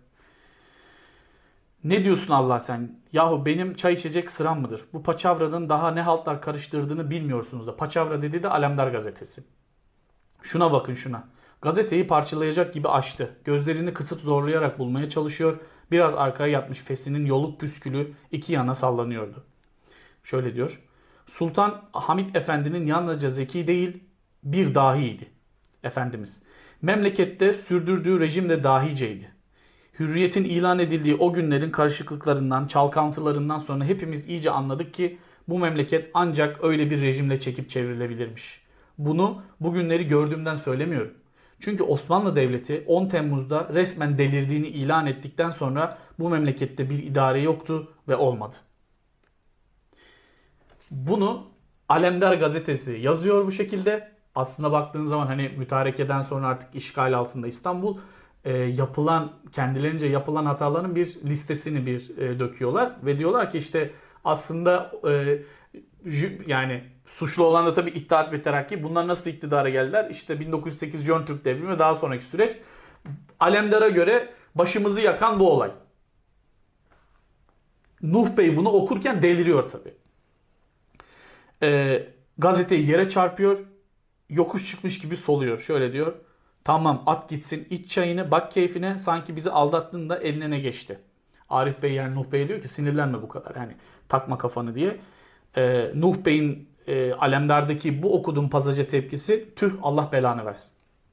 ne diyorsun Allah sen? Yahu benim çay içecek sıram mıdır? Bu paçavranın daha ne haltlar karıştırdığını bilmiyorsunuz da. Paçavra dediği de Alemdar gazetesi. Şuna bakın şuna. Gazeteyi parçalayacak gibi açtı. Gözlerini kısıp zorlayarak bulmaya çalışıyor. Biraz arkaya yatmış fesinin yoluk püskülü iki yana sallanıyordu. Şöyle diyor. Sultan Hamid Efendi'nin yalnızca zeki değil bir dahiydi. Efendimiz. Memlekette sürdürdüğü rejim de dahiceydi. Hürriyetin ilan edildiği o günlerin karışıklıklarından, çalkantılarından sonra hepimiz iyice anladık ki bu memleket ancak öyle bir rejimle çekip çevrilebilirmiş. Bunu bugünleri gördüğümden söylemiyorum. Çünkü Osmanlı Devleti 10 Temmuz'da resmen delirdiğini ilan ettikten sonra bu memlekette bir idare yoktu ve olmadı. Bunu Alemdar gazetesi yazıyor bu şekilde. Aslında baktığın zaman hani mütarekeden sonra artık işgal altında İstanbul kendilerince yapılan hataların bir listesini döküyorlar ve diyorlar ki işte aslında yani suçlu olan da tabii İttihat ve Terakki. Bunlar nasıl iktidara geldiler? İşte 1908 Jön Türk Devrimi ve daha sonraki süreç. Alemdar'a göre başımızı yakan bu olay. Nuh Bey bunu okurken deliriyor tabii. Gazeteyi yere çarpıyor. Yokuş çıkmış gibi soluyor. Şöyle diyor. Tamam at gitsin iç çayını bak keyfine sanki bizi aldattın da eline ne geçti. Arif Bey yani Nuh Bey diyor ki sinirlenme bu kadar yani takma kafanı diye. Nuh Bey'in Alemdar'daki bu okuduğum pasaja tepkisi tüh Allah belanı versin.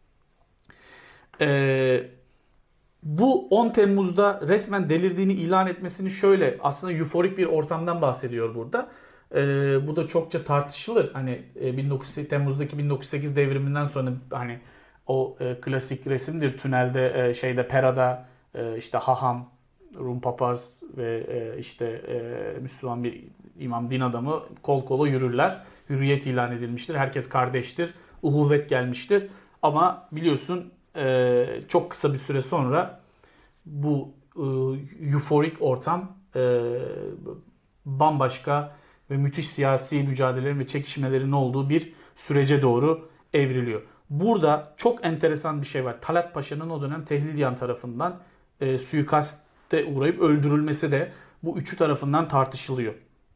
Bu 10 Temmuz'da resmen delirdiğini ilan etmesini şöyle aslında euforik bir ortamdan bahsediyor burada. Bu da çokça tartışılır. Hani Temmuz'daki 1908 devriminden sonra hani o klasik resimdir tünelde Pera'da işte haham, Rum papaz ve Müslüman bir imam din adamı kol kola yürürler. Hürriyet ilan edilmiştir. Herkes kardeştir. Uhuvvet gelmiştir. Ama biliyorsun çok kısa bir süre sonra bu euforik ortam bambaşka ve müthiş siyasi mücadelelerin ve çekişmelerin olduğu bir sürece doğru evriliyor. Burada çok enteresan bir şey var. Talat Paşa'nın o dönem Tehlilyan tarafından suikaste uğrayıp öldürülmesi de Bu üçü tarafından tartışılıyor.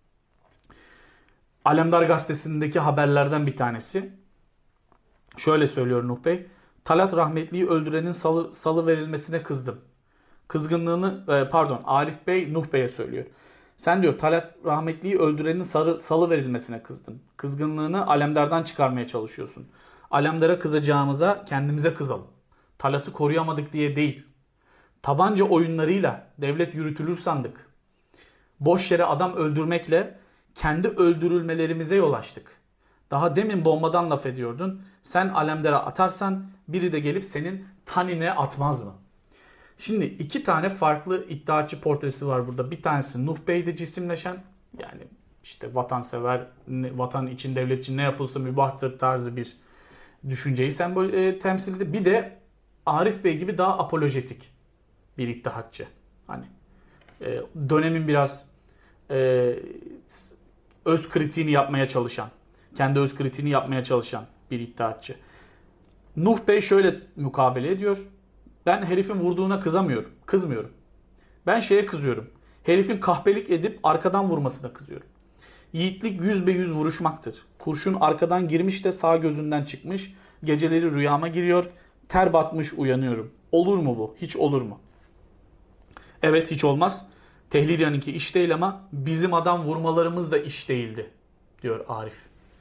Alemdar Gazetesi'ndeki haberlerden bir tanesi. Şöyle söylüyor Nuh Bey. Talat rahmetliyi öldürenin salı verilmesine kızdım. Kızgınlığını Arif Bey Nuh Bey'e söylüyor. Sen diyor Talat rahmetliyi öldürenin salı verilmesine kızdın. Kızgınlığını Alemdar'dan çıkarmaya çalışıyorsun. Alemdar'a kızacağımıza kendimize kızalım. Talat'ı koruyamadık diye değil. Tabanca oyunlarıyla devlet yürütülür sandık. Boş yere adam öldürmekle kendi öldürülmelerimize yol açtık. Daha demin bombadan laf ediyordun. Sen Alemdar'a atarsan biri de gelip senin tanine atmaz mı? Şimdi iki tane farklı iddiaçı portresi var burada. Bir tanesi Nuh Bey'de cisimleşen, yani işte vatansever, vatan için, devlet için ne yapılsa mübahtır tarzı bir düşünceyi temsil ediyor. Bir de Arif Bey gibi daha apolojetik bir iddiaçı. Hani dönemin biraz öz kritiğini yapmaya çalışan, kendi öz kritiğini yapmaya çalışan bir iddiaçı. Nuh Bey şöyle mukabele ediyor. Ben herifin vurduğuna kızmıyorum. Ben şeye kızıyorum. Herifin kahpelik edip arkadan vurmasına kızıyorum. Yiğitlik 100 vuruşmaktır. Kurşun arkadan girmiş de sağ gözünden çıkmış. Geceleri rüyama giriyor. Ter batmış uyanıyorum. Olur mu bu? Hiç olur mu? Evet, hiç olmaz. Tehliria'nınki iş değil ama bizim adam vurmalarımız da iş değildi, diyor Arif.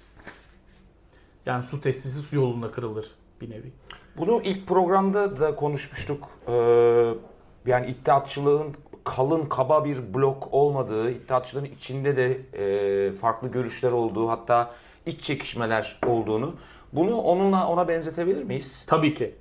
Yani su testisi su yolunda kırılır bir nevi. Bunu ilk programda da konuşmuştuk. Yani iddiatçılığın kalın, kaba bir blok olmadığı, iddiatçılığın içinde de farklı görüşler olduğu, hatta iç çekişmeler olduğunu. Bunu ona benzetebilir miyiz? Tabii ki.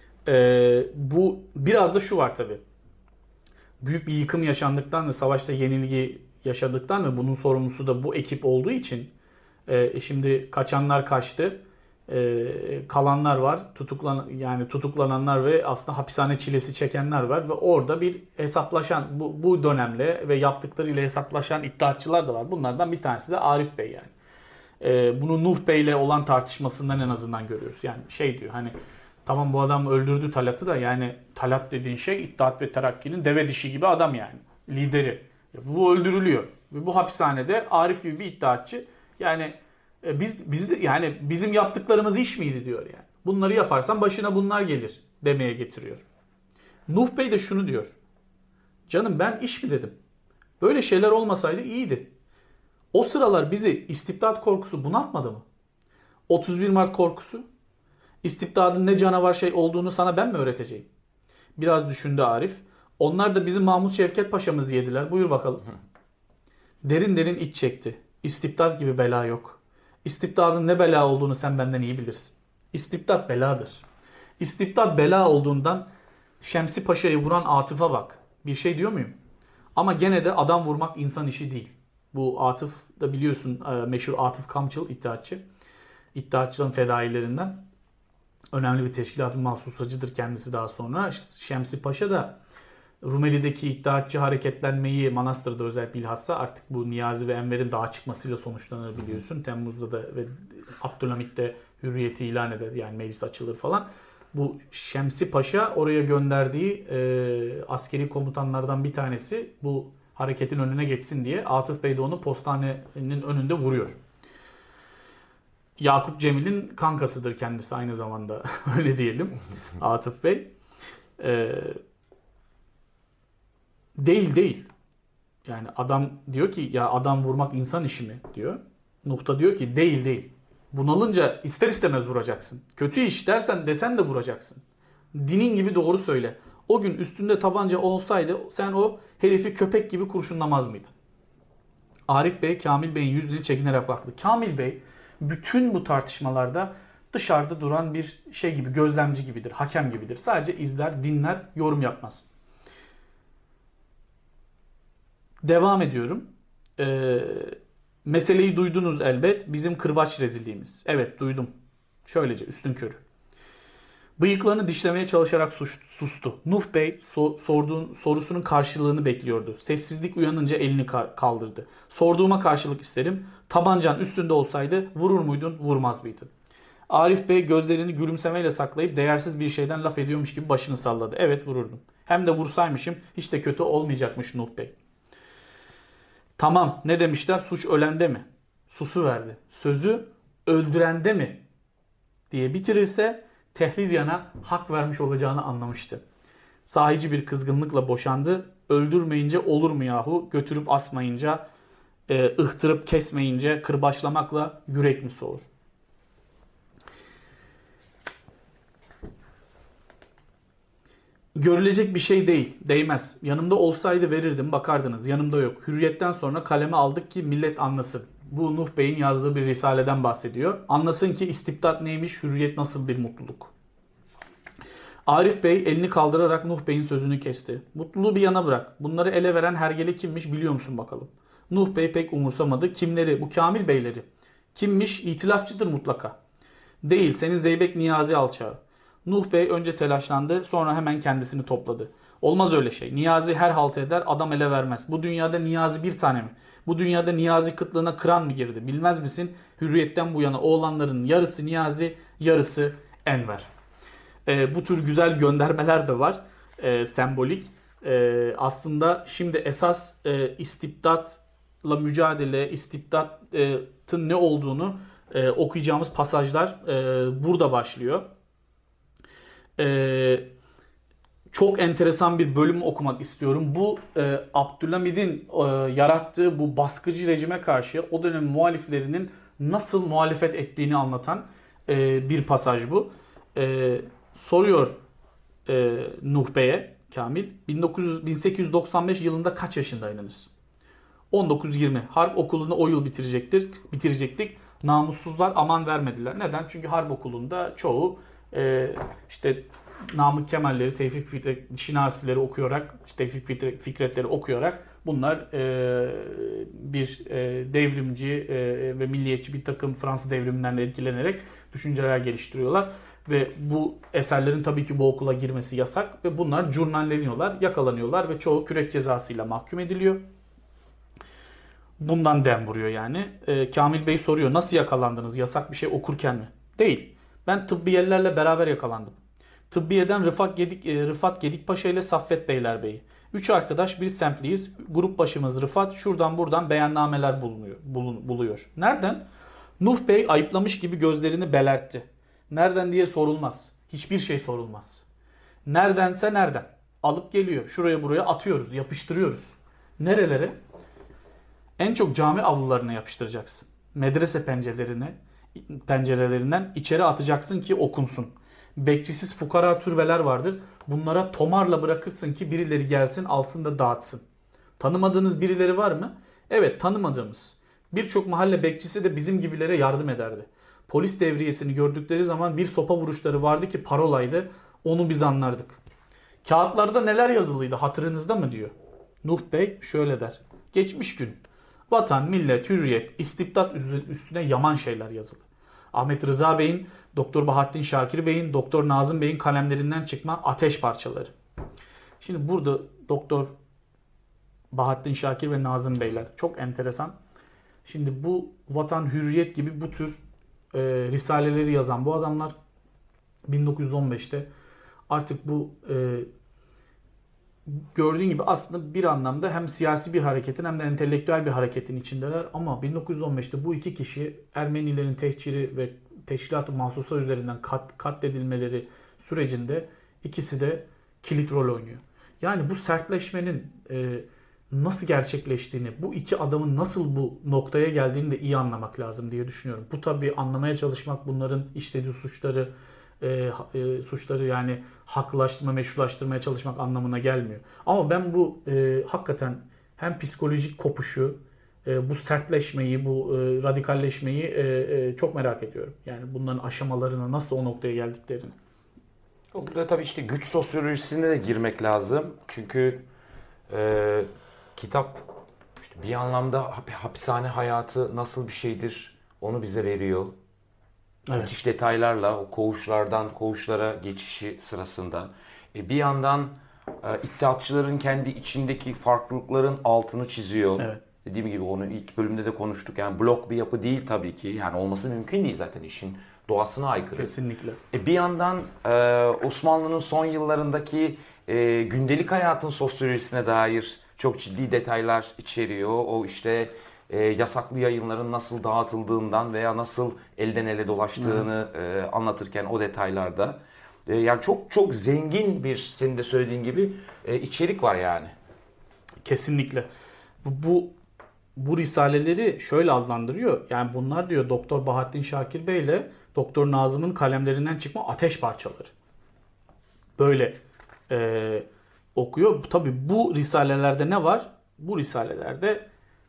Bu biraz da şu var tabii. Büyük bir yıkım yaşandıktan ve savaşta yenilgi yaşadıktan ve bunun sorumlusu da bu ekip olduğu için şimdi kaçanlar kaçtı. Kalanlar var. Tutuklananlar ve aslında hapishane çilesi çekenler var ve orada bir hesaplaşan, bu dönemle ve yaptıklarıyla hesaplaşan iddiatçılar da var. Bunlardan bir tanesi de Arif Bey yani. Bunu Nuh Bey'le olan tartışmasından en azından görüyoruz. Yani şey diyor, hani tamam bu adam öldürdü Talat'ı da, yani Talat dediğin şey İttihat ve Terakki'nin deve dişi gibi adam yani. Lideri. Bu öldürülüyor. Ve bu hapishanede Arif gibi bir iddiatçı, yani biz de, yani bizim yaptıklarımız iş miydi diyor yani. Bunları yaparsan başına bunlar gelir demeye getiriyor. Nuh Bey de şunu diyor. Canım ben iş mi dedim? Böyle şeyler olmasaydı iyiydi. O sıralar bizi istibdat korkusu bunaltmadı mı? 31 Mart korkusu. İstibdadın ne canavar şey olduğunu sana ben mi öğreteceğim? Biraz düşündü Arif. Onlar da bizim Mahmut Şevket Paşa'mızı yediler. Buyur bakalım. Derin derin iç çekti. İstibdat gibi bela yok. İstibdadın ne bela olduğunu sen benden iyi bilirsin. İstibdat beladır. İstibdat bela olduğundan Şemsi Paşa'yı vuran Atıf'a bak. Bir şey diyor muyum? Ama gene de adam vurmak insan işi değil. Bu Atıf da biliyorsun, meşhur Atıf Kamçıl iddiatçı. İddiatçıların fedailerinden. Önemli bir teşkilat-ı mahsusacıdır kendisi daha sonra. Şemsi Paşa da Rumeli'deki iddiatçı hareketlenmeyi, Manastır'da özel bilhassa artık bu Niyazi ve Enver'in dağa çıkmasıyla sonuçlanır biliyorsun. Temmuz'da da ve Abdülhamit de hürriyeti ilan eder, yani meclis açılır falan. Bu Şemsi Paşa oraya gönderdiği askeri komutanlardan bir tanesi bu hareketin önüne geçsin diye. Atıf Bey de onu postanenin önünde vuruyor. Yakup Cemil'in kankasıdır kendisi aynı zamanda, öyle diyelim Atıf Bey. Değil. Yani adam diyor ki ya adam vurmak insan işi mi diyor. Nuh da diyor ki değil. Bunalınca ister istemez vuracaksın. Kötü iş desen de vuracaksın. Dinin gibi doğru söyle. O gün üstünde tabanca olsaydı sen o herifi köpek gibi kurşunlamaz mıydın? Arif Bey Kamil Bey'in yüzüne çekinerek baktı. Kamil Bey bütün bu tartışmalarda dışarıda duran bir şey gibi, gözlemci gibidir, hakem gibidir. Sadece izler, dinler, yorum yapmaz. Devam ediyorum. Meseleyi duydunuz elbet. Bizim kırbaç rezilliğimiz. Evet duydum. Şöylece üstünkörü. Bıyıklarını dişlemeye çalışarak sustu. Nuh Bey sorduğun sorusunun karşılığını bekliyordu. Sessizlik uyanınca elini kaldırdı. Sorduğuma karşılık isterim. Tabancan üstünde olsaydı vurur muydun, vurmaz mıydın? Arif Bey gözlerini gülümsemeyle saklayıp değersiz bir şeyden laf ediyormuş gibi başını salladı. Evet vururdum. Hem de vursaymışım hiç de kötü olmayacakmış Nuh Bey. Tamam, ne demişler? Suç ölende mi? Susu verdi. Sözü öldürende mi? Diye bitirirse Tehriryana hak vermiş olacağını anlamıştı. Sahici bir kızgınlıkla boşandı. Öldürmeyince olur mu yahu? Götürüp asmayınca, ıhtırıp kesmeyince kırbaçlamakla yürek mi soğur? Görülecek bir şey değil. Değmez. Yanımda olsaydı verirdim, bakardınız. Yanımda yok. Hürriyetten sonra kaleme aldık ki millet anlasın. Bu Nuh Bey'in yazdığı bir risaleden bahsediyor. Anlasın ki istibdat neymiş, hürriyet nasıl bir mutluluk. Arif Bey elini kaldırarak Nuh Bey'in sözünü kesti. Mutluluğu bir yana bırak. Bunları ele veren hergele kimmiş biliyor musun bakalım? Nuh Bey pek umursamadı. Kimleri? Bu Kamil Beyleri. Kimmiş? İtilafçıdır mutlaka. Değil, senin Zeybek Niyazi alçağı. Nuh Bey önce telaşlandı, sonra hemen kendisini topladı. Olmaz öyle şey. Niyazi her halt eder, adam ele vermez. Bu dünyada Niyazi bir tane mi? Bu dünyada Niyazi kıtlığına kıran mı girdi? Bilmez misin? Hürriyetten bu yana oğlanların yarısı Niyazi, yarısı Enver. Bu tür güzel göndermeler de var. Sembolik. Aslında şimdi esas istibdatla mücadele, istibdatın ne olduğunu okuyacağımız pasajlar burada başlıyor. Çok enteresan bir bölüm okumak istiyorum. Bu Abdülhamid'in yarattığı bu baskıcı rejime karşı o dönem muhaliflerinin nasıl muhalefet ettiğini anlatan bir pasaj bu. Soruyor Nuh Bey'e Kamil, 1895 yılında kaç yaşındaydınız? 19-20. Harp okulunu o yıl bitirecektik. Namussuzlar aman vermediler. Neden? Çünkü harp okulunda çoğu işte Namık Kemal'leri, Tevfik Şinasileri okuyarak, Tevfik Fikretleri okuyarak bunlar bir devrimci ve milliyetçi bir takım Fransız devriminden etkilenerek düşünceler geliştiriyorlar. Ve bu eserlerin tabii ki bu okula girmesi yasak ve bunlar jurnalleniyorlar, yakalanıyorlar ve çoğu kürek cezasıyla mahkum ediliyor. Bundan dem vuruyor yani. Kamil Bey soruyor, nasıl yakalandınız? Yasak bir şey okurken mi? Değil. Ben tıbbiyelerle beraber yakalandım. Tıbbiyeden Rıfat Gedikpaşa ile Saffet Beylerbeyi. 3 arkadaş bir semtliyiz. Grup başımız Rıfat. Şuradan buradan beyannameler buluyor. Nereden? Nuh Bey ayıplamış gibi gözlerini belertti. Nereden diye sorulmaz. Hiçbir şey sorulmaz. Neredense nereden? Alıp geliyor. Şuraya buraya atıyoruz, yapıştırıyoruz. Nerelere? En çok cami avlularına yapıştıracaksın. Medrese pencerelerinden içeri atacaksın ki okunsun. Bekçisiz fukara türbeler vardır. Bunlara tomarla bırakırsın ki birileri gelsin alsın da dağıtsın. Tanımadığınız birileri var mı? Evet, tanımadığımız. Birçok mahalle bekçisi de bizim gibilere yardım ederdi. Polis devriyesini gördükleri zaman bir sopa vuruşları vardı ki parolaydı. Onu biz anlardık. Kağıtlarda neler yazılıydı hatırınızda mı diyor. Nuh Bey şöyle der. Geçmiş gün. Vatan, millet, hürriyet, istibdat üstüne yaman şeyler yazılı. Ahmet Rıza Bey'in, Doktor Bahattin Şakir Bey'in, Doktor Nazım Bey'in kalemlerinden çıkma ateş parçaları. Şimdi burada Doktor Bahattin Şakir ve Nazım Beyler çok enteresan. Şimdi bu Vatan, Hürriyet gibi bu tür risaleleri yazan bu adamlar 1915'te artık bu gördüğün gibi aslında bir anlamda hem siyasi bir hareketin hem de entelektüel bir hareketin içindeler. Ama 1915'te bu iki kişi Ermenilerin tehciri ve Teşkilat-ı Mahsusa üzerinden katledilmeleri sürecinde ikisi de kilit rol oynuyor. Yani bu sertleşmenin nasıl gerçekleştiğini, bu iki adamın nasıl bu noktaya geldiğini de iyi anlamak lazım diye düşünüyorum. Bu tabii anlamaya çalışmak bunların işlediği suçları yani haklaştırma, meşrulaştırmaya çalışmak anlamına gelmiyor. Ama ben bu hakikaten hem psikolojik kopuşu, bu sertleşmeyi, bu radikalleşmeyi çok merak ediyorum. Yani bunların aşamalarını, nasıl o noktaya geldiklerini. Burada tabii işte güç sosyolojisine de girmek lazım. Çünkü kitap işte bir anlamda hapishane hayatı nasıl bir şeydir onu bize veriyor. Evet. Müthiş detaylarla o koğuşlardan koğuşlara geçişi sırasında. Bir yandan iddiatçıların kendi içindeki farklılıkların altını çiziyor. Evet. Dediğim gibi onu ilk bölümde de konuştuk. Yani blok bir yapı değil tabii ki. Yani olması mümkün değil zaten, işin doğasına aykırı. Kesinlikle. Bir yandan Osmanlı'nın son yıllarındaki gündelik hayatın sosyolojisine dair çok ciddi detaylar içeriyor. O işte yasaklı yayınların nasıl dağıtıldığından veya nasıl elden ele dolaştığını anlatırken o detaylarda. Yani çok çok zengin bir, senin de söylediğin gibi içerik var yani. Kesinlikle. Bu risaleleri şöyle adlandırıyor. Yani bunlar diyor Doktor Bahattin Şakir Bey ile Doktor Nazım'ın kalemlerinden çıkma ateş parçaları. Böyle okuyor. Tabii bu risalelerde ne var? Bu risalelerde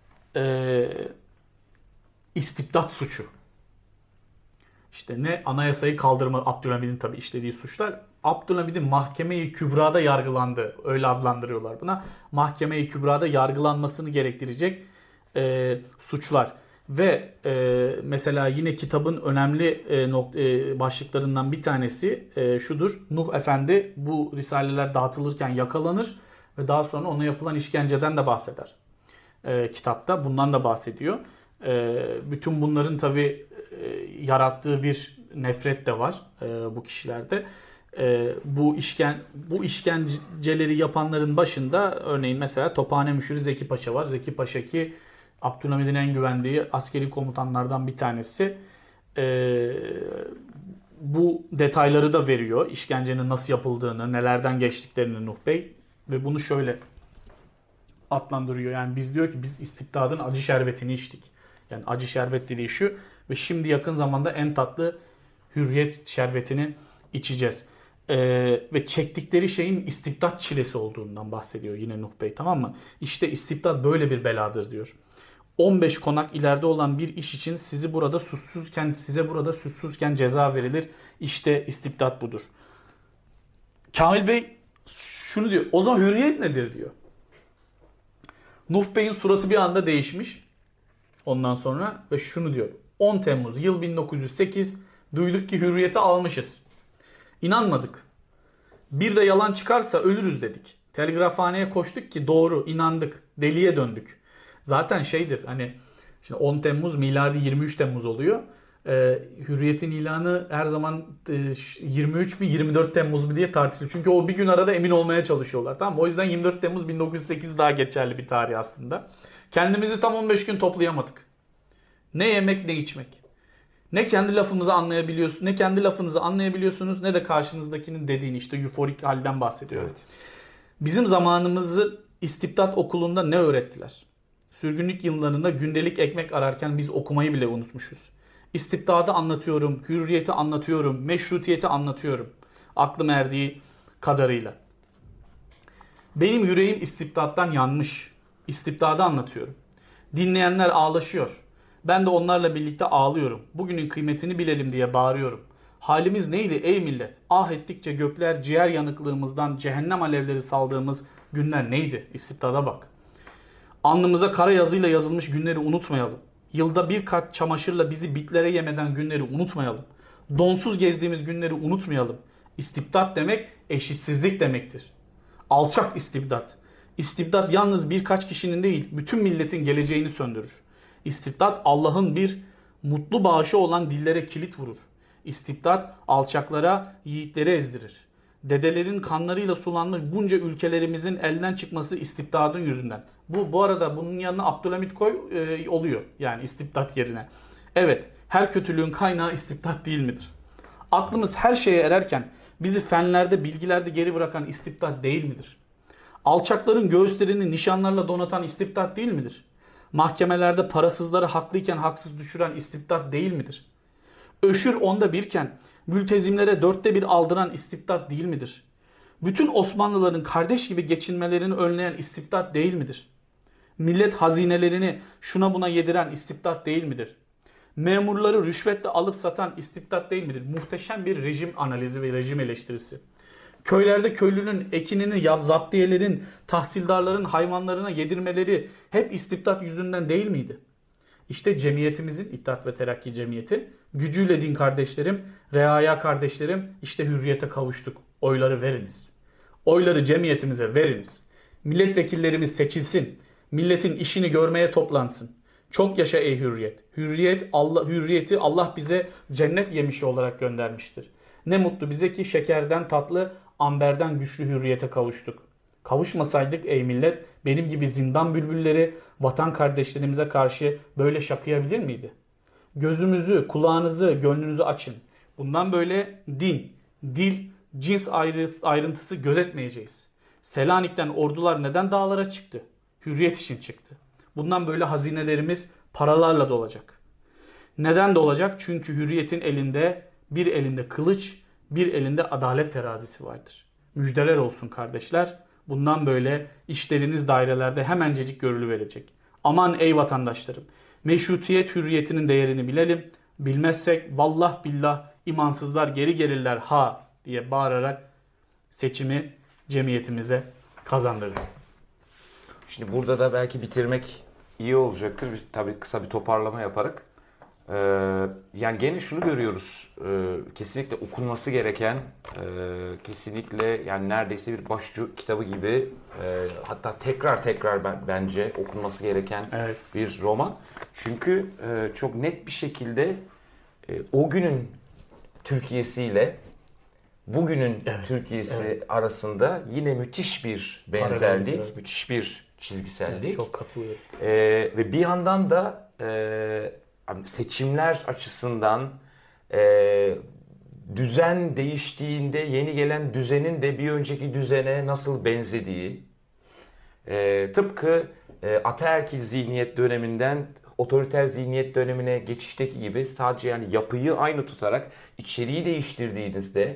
istibdat suçu. İşte ne anayasayı kaldırma, Abdülhamid'in tabii işlediği suçlar. Abdülhamid'in Mahkeme-i Kübra'da yargılandı. Öyle adlandırıyorlar buna. Mahkeme-i Kübra'da yargılanmasını gerektirecek suçlar. Ve mesela yine kitabın önemli başlıklarından bir tanesi şudur. Nuh Efendi bu risaleler dağıtılırken yakalanır ve daha sonra ona yapılan işkenceden de bahseder. Kitapta bundan da bahsediyor. Bütün bunların tabii yarattığı bir nefret de var bu kişilerde. Bu işkenceleri yapanların başında örneğin mesela Tophane Müşiri Zeki Paşa var. Zeki Paşa ki Abdülhamid'in en güvendiği askeri komutanlardan bir tanesi. Bu detayları da veriyor. İşkencenin nasıl yapıldığını, nelerden geçtiklerini Nuh Bey. Ve bunu şöyle adlandırıyor. Yani biz diyor ki biz istibdadın acı şerbetini içtik. Yani acı şerbet dediği şu ve şimdi yakın zamanda en tatlı hürriyet şerbetini içeceğiz. Ve çektikleri şeyin istibdat çilesi olduğundan bahsediyor yine Nuh Bey, tamam mı? İşte istibdat böyle bir beladır diyor. 15 konak ileride olan bir iş için size burada suçsuzken ceza verilir. İşte istibdat budur. Kamil Bey şunu diyor. O zaman hürriyet nedir diyor. Nuh Bey'in suratı bir anda değişmiş. Ondan sonra ve şunu diyor. 10 Temmuz yıl 1908 duyduk ki hürriyeti almışız. İnanmadık. Bir de yalan çıkarsa ölürüz dedik. Telgrafhaneye koştuk ki doğru inandık. Deliye döndük. Zaten şeydir hani şimdi 10 Temmuz miladi 23 Temmuz oluyor. Hürriyetin ilanı her zaman 23 mi 24 Temmuz mu diye tartışılıyor. Çünkü o bir gün arada emin olmaya çalışıyorlar. Tamam mı? O yüzden 24 Temmuz 1908 daha geçerli bir tarih aslında. Kendimizi tam 15 gün toplayamadık. Ne yemek ne içmek. Ne kendi lafımızı anlayabiliyorsunuz, ne kendi lafınızı anlayabiliyorsunuz ne de karşınızdakinin dediğini işte euforik halden bahsediyor. Evet. Bizim zamanımızı istibdat okulunda ne öğrettiler? Sürgünlük yıllarında gündelik ekmek ararken biz okumayı bile unutmuşuz. İstibdadı anlatıyorum, hürriyeti anlatıyorum, meşrutiyeti anlatıyorum. Aklım erdiği kadarıyla. Benim yüreğim istibdattan yanmış. İstibdadı anlatıyorum. Dinleyenler ağlaşıyor. Ben de onlarla birlikte ağlıyorum. Bugünün kıymetini bilelim diye bağırıyorum. Halimiz neydi ey millet? Ah ettikçe gökler ciğer yanıklığımızdan cehennem alevleri saldığımız günler neydi? İstibdada bak. Alnımıza kara yazıyla yazılmış günleri unutmayalım. Yılda birkaç çamaşırla bizi bitlere yemeden günleri unutmayalım. Donsuz gezdiğimiz günleri unutmayalım. İstibdat demek eşitsizlik demektir. Alçak istibdat. İstibdat yalnız birkaç kişinin değil, bütün milletin geleceğini söndürür. İstibdat Allah'ın bir mutlu bağışı olan dillere kilit vurur. İstibdat alçaklara, yiğitleri ezdirir. Dedelerin kanlarıyla sulanmış bunca ülkelerimizin elden çıkması istibdadın yüzünden. Bu arada bunun yanına Abdülhamit koy oluyor. Yani istibdat yerine. Evet, her kötülüğün kaynağı istibdat değil midir? Aklımız her şeye ererken bizi fenlerde, bilgilerde geri bırakan istibdat değil midir? Alçakların göğüslerini nişanlarla donatan istibdat değil midir? Mahkemelerde parasızları haklıyken haksız düşüren istibdat değil midir? Öşür onda birken mültezimlere 1/4 aldıran istibdat değil midir? Bütün Osmanlıların kardeş gibi geçinmelerini önleyen istibdat değil midir? Millet hazinelerini şuna buna yediren istibdat değil midir? Memurları rüşvetle alıp satan istibdat değil midir? Muhteşem bir rejim analizi ve rejim eleştirisi. Köylerde köylünün ekinini zaptiyelerin, tahsildarların hayvanlarına yedirmeleri hep istibdat yüzünden değil miydi? İşte cemiyetimizin, İttihat ve Terakki Cemiyeti, gücüyle din kardeşlerim, reaya kardeşlerim, işte hürriyete kavuştuk. Oyları veriniz. Oyları cemiyetimize veriniz. Milletvekillerimiz seçilsin. Milletin işini görmeye toplansın. Çok yaşa ey hürriyet. Hürriyeti Allah bize cennet yemişi olarak göndermiştir. Ne mutlu bize ki şekerden tatlı, amberden güçlü hürriyete kavuştuk. Kavuşmasaydık ey millet, benim gibi zindan bülbülleri vatan kardeşlerimize karşı böyle şakıyabilir miydi? Gözümüzü, kulağınızı, gönlünüzü açın. Bundan böyle din, dil, cins ayrıntısı gözetmeyeceğiz. Selanik'ten ordular neden dağlara çıktı? Hürriyet için çıktı. Bundan böyle hazinelerimiz paralarla dolacak. Neden dolacak? Çünkü hürriyetin elinde bir elinde kılıç, bir elinde adalet terazisi vardır. Müjdeler olsun kardeşler. Bundan böyle işleriniz dairelerde hemencecik görülüverecek. Aman ey vatandaşlarım. Meşrutiyet hürriyetinin değerini bilelim. Bilmezsek vallah billah imansızlar geri gelirler ha diye bağırarak seçimi cemiyetimize kazandırın. Şimdi burada da belki bitirmek iyi olacaktır. Tabii kısa bir toparlama yaparak. Yani gene şunu görüyoruz. Kesinlikle okunması gereken, kesinlikle yani neredeyse bir başucu kitabı gibi, hatta tekrar bence okunması gereken bir roman. Çünkü çok net bir şekilde o günün Türkiye'siyle bugünün Türkiye'si arasında yine müthiş bir benzerlik, müthiş bir çizgisellik. Çok katılıyorum. Ve bir yandan da seçimler açısından düzen değiştiğinde yeni gelen düzenin de bir önceki düzene nasıl benzediği, tıpkı ataerkil zihniyet döneminden otoriter zihniyet dönemine geçişteki gibi sadece yani yapıyı aynı tutarak içeriği değiştirdiğinizde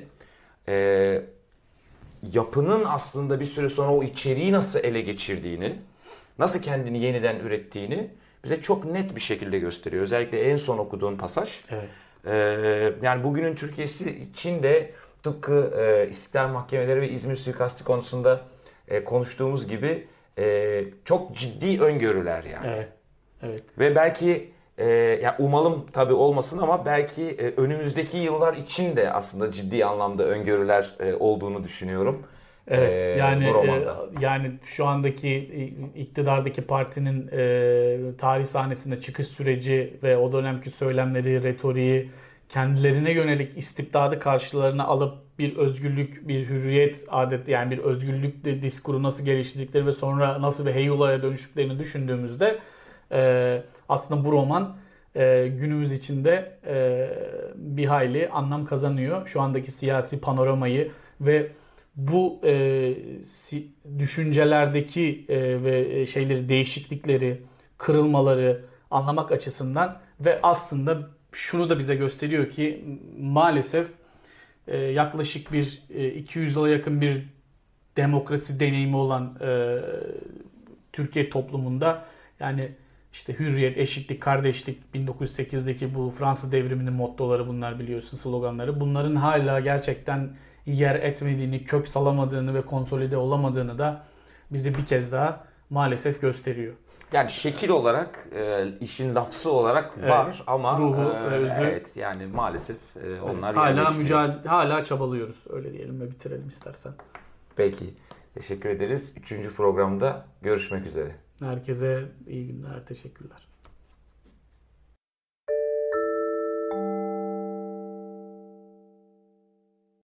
yapının aslında bir süre sonra o içeriği nasıl ele geçirdiğini, nasıl kendini yeniden ürettiğini bize çok net bir şekilde gösteriyor. Özellikle en son okuduğun pasaj. Evet. Yani bugünün Türkiye'si için de tıpkı İstiklal Mahkemeleri ve İzmir suikastı konusunda konuştuğumuz gibi çok ciddi öngörüler yani. Evet. Evet. Ve belki yani umalım tabii olmasın ama belki önümüzdeki yıllar için de aslında ciddi anlamda öngörüler olduğunu düşünüyorum. Evet, yani bu romanda. Yani şu andaki iktidardaki partinin tarih sahnesinde çıkış süreci ve o dönemki söylemleri, retoriği, kendilerine yönelik istibdadı karşılarına alıp bir özgürlük, bir hürriyet adet yani bir özgürlük diskuru nasıl geliştirdikleri ve sonra nasıl bir heyulaya dönüştüklerini düşündüğümüzde aslında bu roman günümüz içinde bir hayli anlam kazanıyor. Şu andaki siyasi panoramayı ve bu düşüncelerdeki ve şeyleri, değişiklikleri, kırılmaları anlamak açısından ve aslında şunu da bize gösteriyor ki maalesef yaklaşık bir 200 yıla yakın bir demokrasi deneyimi olan Türkiye toplumunda yani işte hürriyet, eşitlik, kardeşlik 1908'deki bu Fransız devriminin mottoları bunlar biliyorsun, sloganları. Bunların hala gerçekten yer etmediğini, kök salamadığını ve konsolide olamadığını da bize bir kez daha maalesef gösteriyor. Yani şekil olarak, işin lafzı olarak var ama ruhu ve özü evet yani maalesef onlar hala çabalıyoruz öyle diyelim ve bitirelim istersen. Peki. Teşekkür ederiz. 3. programda görüşmek üzere. Herkese iyi günler, teşekkürler.